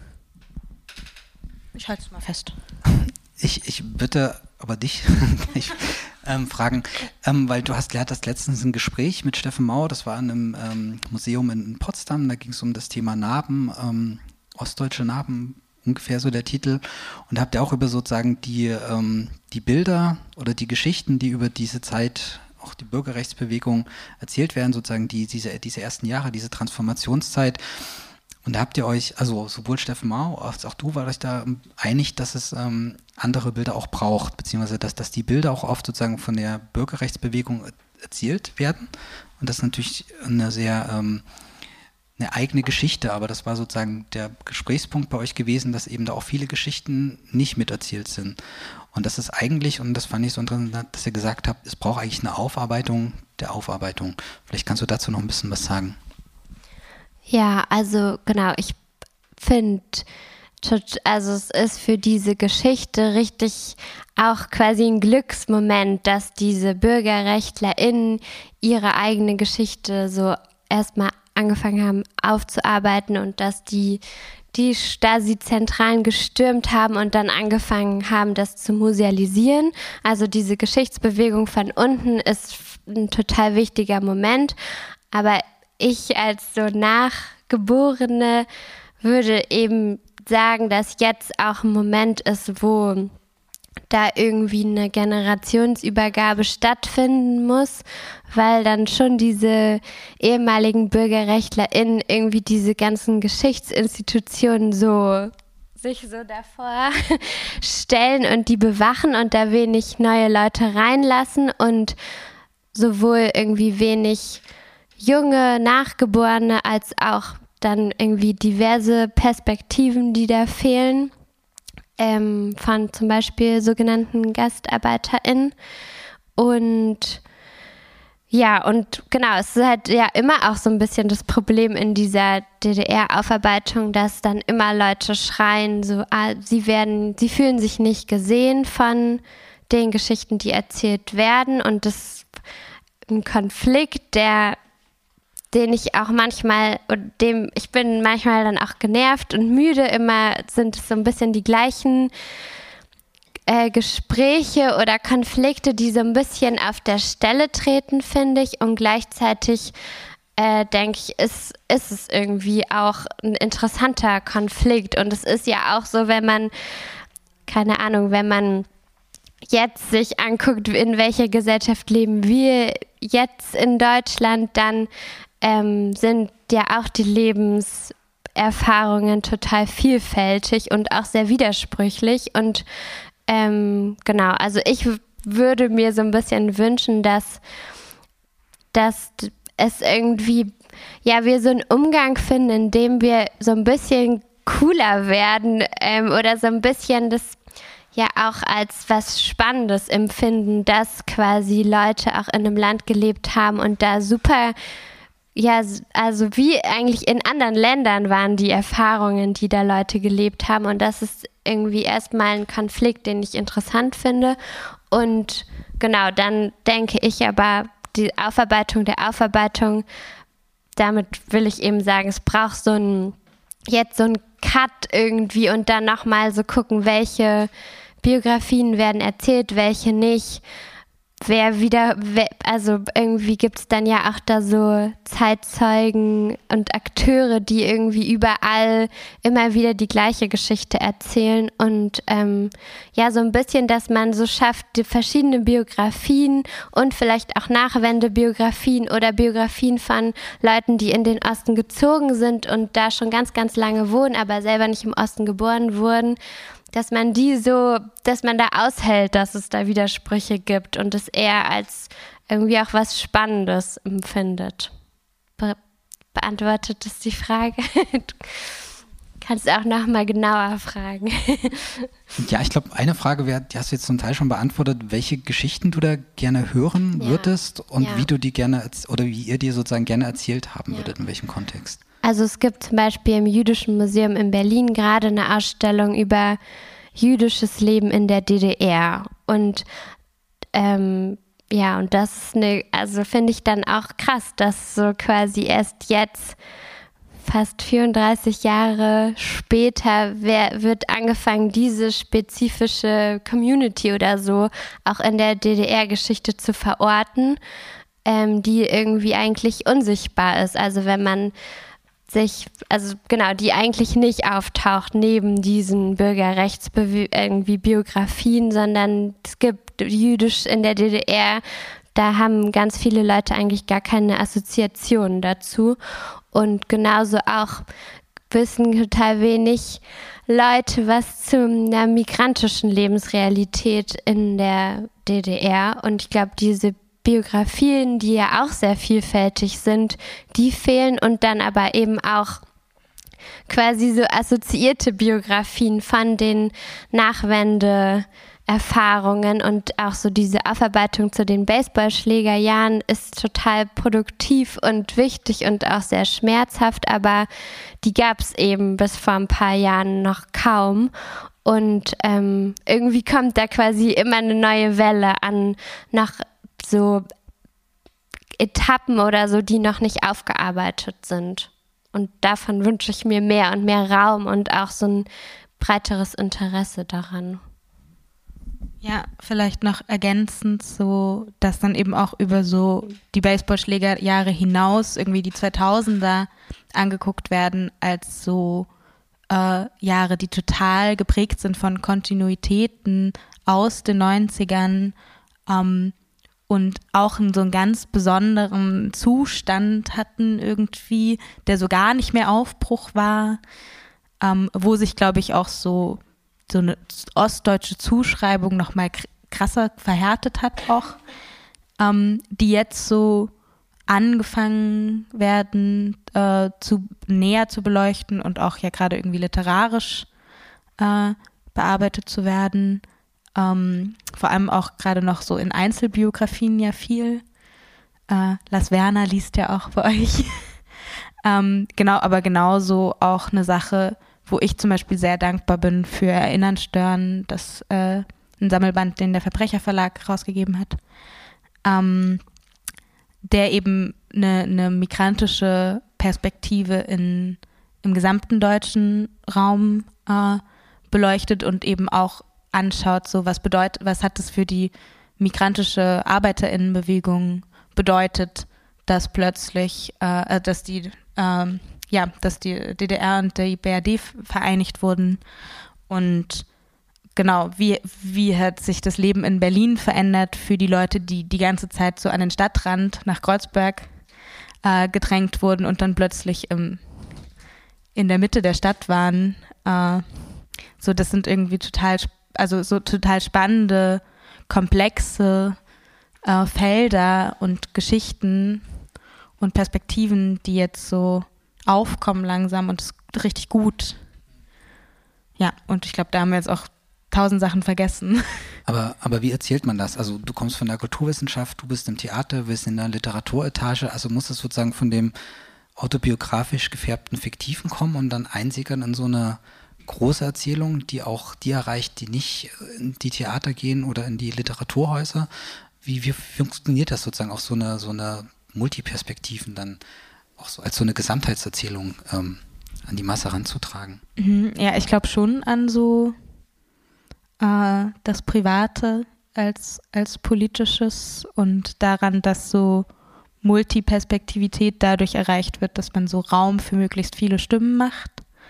Ich halte es mal fest. Ich bitte aber dich fragen, weil du hattest letztens ein Gespräch mit Steffen Mau, das war in einem Museum in Potsdam, da ging es um das Thema Narben, ostdeutsche Narben, ungefähr so der Titel. Und da habt ihr auch über sozusagen die Bilder oder die Geschichten, die über diese Zeit, auch die Bürgerrechtsbewegung erzählt werden, sozusagen diese ersten Jahre, diese Transformationszeit. Und da habt ihr euch, also sowohl Steffen Mau als auch du, wart euch da einig, dass es andere Bilder auch braucht, beziehungsweise dass die Bilder auch oft sozusagen von der Bürgerrechtsbewegung erzählt werden. Und das ist natürlich eine sehr eine eigene Geschichte, aber das war sozusagen der Gesprächspunkt bei euch gewesen, dass eben da auch viele Geschichten nicht miterzählt sind. Und das ist eigentlich, und das fand ich so interessant, dass ihr gesagt habt, es braucht eigentlich eine Aufarbeitung der Aufarbeitung. Vielleicht kannst du dazu noch ein bisschen was sagen. Ja, also genau, ich finde, also es ist für diese Geschichte richtig auch quasi ein Glücksmoment, dass diese BürgerrechtlerInnen ihre eigene Geschichte so erstmal angefangen haben aufzuarbeiten und dass die Stasi-Zentralen gestürmt haben und dann angefangen haben, das zu musealisieren. Also diese Geschichtsbewegung von unten ist ein total wichtiger Moment. Aber ich als so Nachgeborene würde eben sagen, dass jetzt auch ein Moment ist, wo da irgendwie eine Generationsübergabe stattfinden muss, weil dann schon diese ehemaligen BürgerrechtlerInnen irgendwie diese ganzen Geschichtsinstitutionen sich so davor stellen und die bewachen und da wenig neue Leute reinlassen und sowohl irgendwie wenig junge Nachgeborene als auch dann irgendwie diverse Perspektiven, die da fehlen. Von zum Beispiel sogenannten GastarbeiterInnen. Und ja, und genau, es ist halt ja immer auch so ein bisschen das Problem in dieser DDR-Aufarbeitung, dass dann immer Leute schreien, so, sie fühlen sich nicht gesehen von den Geschichten, die erzählt werden. Und das ist ein Konflikt, den ich auch manchmal, ich bin manchmal dann auch genervt und müde, immer sind es so ein bisschen die gleichen Gespräche oder Konflikte, die so ein bisschen auf der Stelle treten, finde ich, und gleichzeitig denke ich, ist es irgendwie auch ein interessanter Konflikt und es ist ja auch so, wenn man jetzt sich anguckt, in welcher Gesellschaft leben wir jetzt in Deutschland, dann sind ja auch die Lebenserfahrungen total vielfältig und auch sehr widersprüchlich. Und genau, also ich würde mir so ein bisschen wünschen, dass es irgendwie, ja, wir so einen Umgang finden, in dem wir so ein bisschen cooler werden oder so ein bisschen das ja auch als was Spannendes empfinden, dass quasi Leute auch in einem Land gelebt haben und da super, ja, also wie eigentlich in anderen Ländern waren die Erfahrungen, die da Leute gelebt haben und das ist irgendwie erstmal ein Konflikt, den ich interessant finde und genau, dann denke ich aber, die Aufarbeitung der Aufarbeitung, damit will ich eben sagen, es braucht so ein Cut irgendwie und dann nochmal so gucken, welche Biografien werden erzählt, welche nicht. Also irgendwie gibt es dann ja auch da so Zeitzeugen und Akteure, die irgendwie überall immer wieder die gleiche Geschichte erzählen und so ein bisschen, dass man so schafft, die verschiedenen Biografien und vielleicht auch Nachwendebiografien oder Biografien von Leuten, die in den Osten gezogen sind und da schon ganz, ganz lange wohnen, aber selber nicht im Osten geboren wurden, dass man da aushält, dass es da Widersprüche gibt und es eher als irgendwie auch was Spannendes empfindet. Beantwortet das die Frage? Du kannst auch nochmal genauer fragen. Ja, ich glaube, eine Frage wäre, die hast du jetzt zum Teil schon beantwortet, welche Geschichten du da gerne hören würdest und wie du die gerne, oder wie ihr die sozusagen gerne erzählt haben würdet, in welchem Kontext. Also es gibt zum Beispiel im Jüdischen Museum in Berlin gerade eine Ausstellung über jüdisches Leben in der DDR. Und und das ist also finde ich dann auch krass, dass so quasi erst jetzt, fast 34 Jahre später, wird angefangen, diese spezifische Community oder so auch in der DDR-Geschichte zu verorten, die irgendwie eigentlich unsichtbar ist. Also wenn man die eigentlich nicht auftaucht neben diesen Bürgerrechtsbiografien, sondern es gibt Jüdisch in der DDR, da haben ganz viele Leute eigentlich gar keine Assoziationen dazu. Und genauso auch wissen total wenig Leute was zu einer migrantischen Lebensrealität in der DDR. Und ich glaube, diese Biografien, die ja auch sehr vielfältig sind, die fehlen und dann aber eben auch quasi so assoziierte Biografien von den Nachwendeerfahrungen und auch so diese Aufarbeitung zu den Baseballschlägerjahren ist total produktiv und wichtig und auch sehr schmerzhaft, aber die gab es eben bis vor ein paar Jahren noch kaum. Und irgendwie kommt da quasi immer eine neue Welle an nach so Etappen oder so, die noch nicht aufgearbeitet sind. Und davon wünsche ich mir mehr und mehr Raum und auch so ein breiteres Interesse daran. Ja, vielleicht noch ergänzend so, dass dann eben auch über so die Baseballschlägerjahre hinaus irgendwie die 2000er angeguckt werden als so Jahre, die total geprägt sind von Kontinuitäten aus den 90ern, und auch so einen ganz besonderen Zustand hatten irgendwie, der so gar nicht mehr Aufbruch war, wo sich, glaube ich, auch so eine ostdeutsche Zuschreibung noch mal krasser verhärtet hat auch, die jetzt so angefangen werden, näher zu beleuchten und auch ja gerade irgendwie literarisch bearbeitet zu werden. Vor allem auch gerade noch so in Einzelbiografien ja viel. Lars Werner liest ja auch bei euch. Genau, aber genauso auch eine Sache, wo ich zum Beispiel sehr dankbar bin für Erinnern stören, das ein Sammelband, den der Verbrecherverlag rausgegeben hat, der eben eine migrantische Perspektive im gesamten deutschen Raum beleuchtet und eben auch anschaut, so was hat es für die migrantische ArbeiterInnenbewegung bedeutet, dass plötzlich, dass die DDR und die BRD vereinigt wurden und genau, wie hat sich das Leben in Berlin verändert für die Leute, die die ganze Zeit so an den Stadtrand nach Kreuzberg gedrängt wurden und dann plötzlich in der Mitte der Stadt waren. So, das sind irgendwie total spannende, komplexe Felder und Geschichten und Perspektiven, die jetzt so aufkommen langsam und es ist richtig gut. Ja, und ich glaube, da haben wir jetzt auch 1000 Sachen vergessen. Aber wie erzählt man das? Also du kommst von der Kulturwissenschaft, du bist im Theater, du bist in der Literaturetage, also muss es sozusagen von dem autobiografisch gefärbten Fiktiven kommen und dann einsickern in so eine große Erzählung, die auch die erreicht, die nicht in die Theater gehen oder in die Literaturhäuser. Wie funktioniert das sozusagen, auch so eine Multiperspektiven dann auch so als so eine Gesamtheitserzählung an die Masse ranzutragen. Ja, ich glaube schon an so das Private als politisches und daran, dass so Multiperspektivität dadurch erreicht wird, dass man so Raum für möglichst viele Stimmen macht.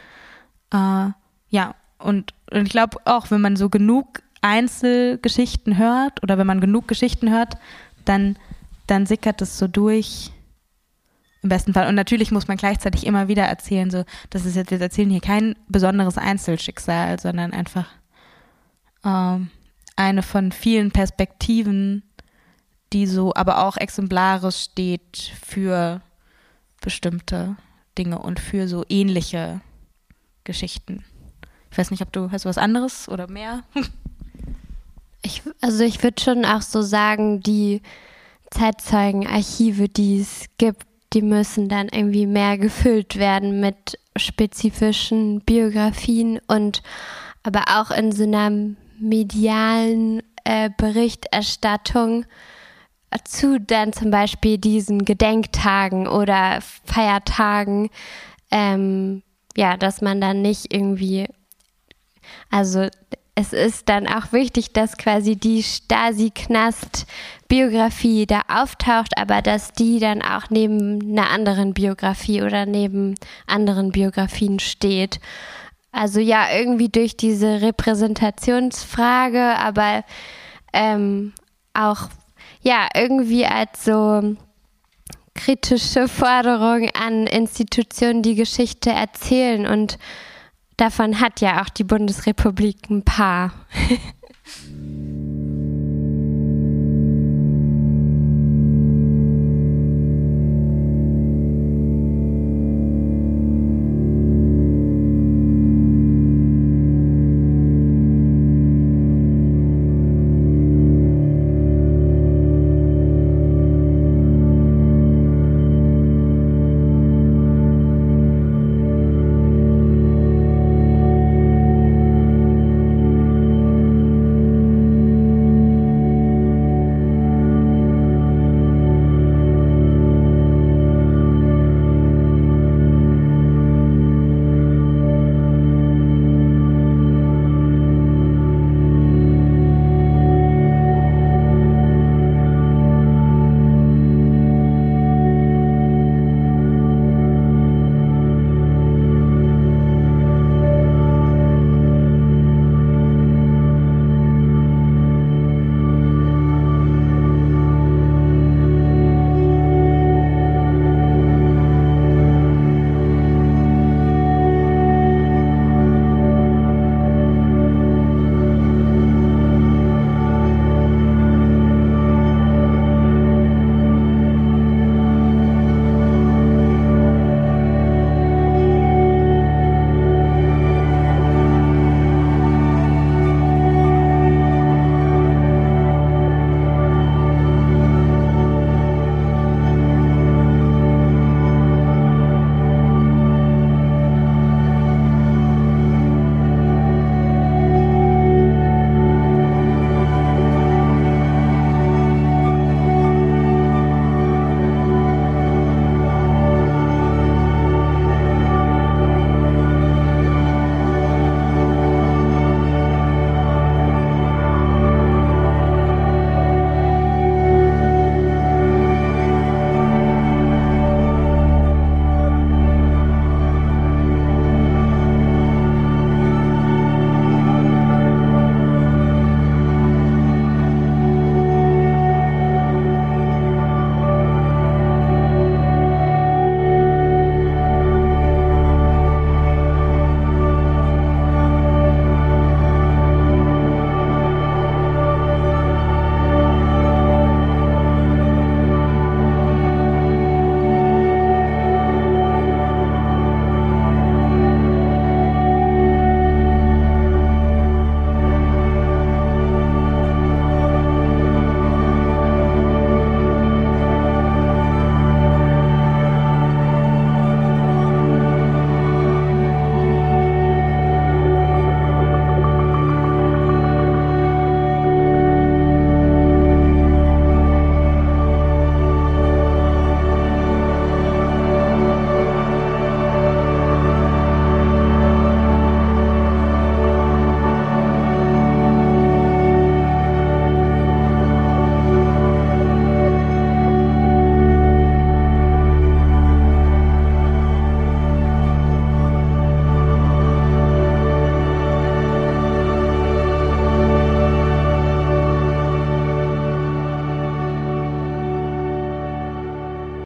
Ja, und ich glaube auch, wenn man so genug Einzelgeschichten hört oder wenn man genug Geschichten hört, dann sickert es so durch, im besten Fall. Und natürlich muss man gleichzeitig immer wieder erzählen, so, das ist jetzt, wir erzählen hier kein besonderes Einzelschicksal, sondern einfach eine von vielen Perspektiven, die so aber auch exemplarisch steht für bestimmte Dinge und für so ähnliche Geschichten. Ich weiß nicht, hast du was anderes oder mehr? Ich würde schon auch so sagen, die Zeitzeugenarchive, die es gibt, die müssen dann irgendwie mehr gefüllt werden mit spezifischen Biografien und aber auch in so einer medialen Berichterstattung zu dann zum Beispiel diesen Gedenktagen oder Feiertagen, dass man dann nicht irgendwie, also es ist dann auch wichtig, dass quasi die Stasi-Knast-Biografie da auftaucht, aber dass die dann auch neben einer anderen Biografie oder neben anderen Biografien steht. Also ja, irgendwie durch diese Repräsentationsfrage, aber auch ja irgendwie als so kritische Forderung an Institutionen, die Geschichte erzählen, und davon hat ja auch die Bundesrepublik ein paar.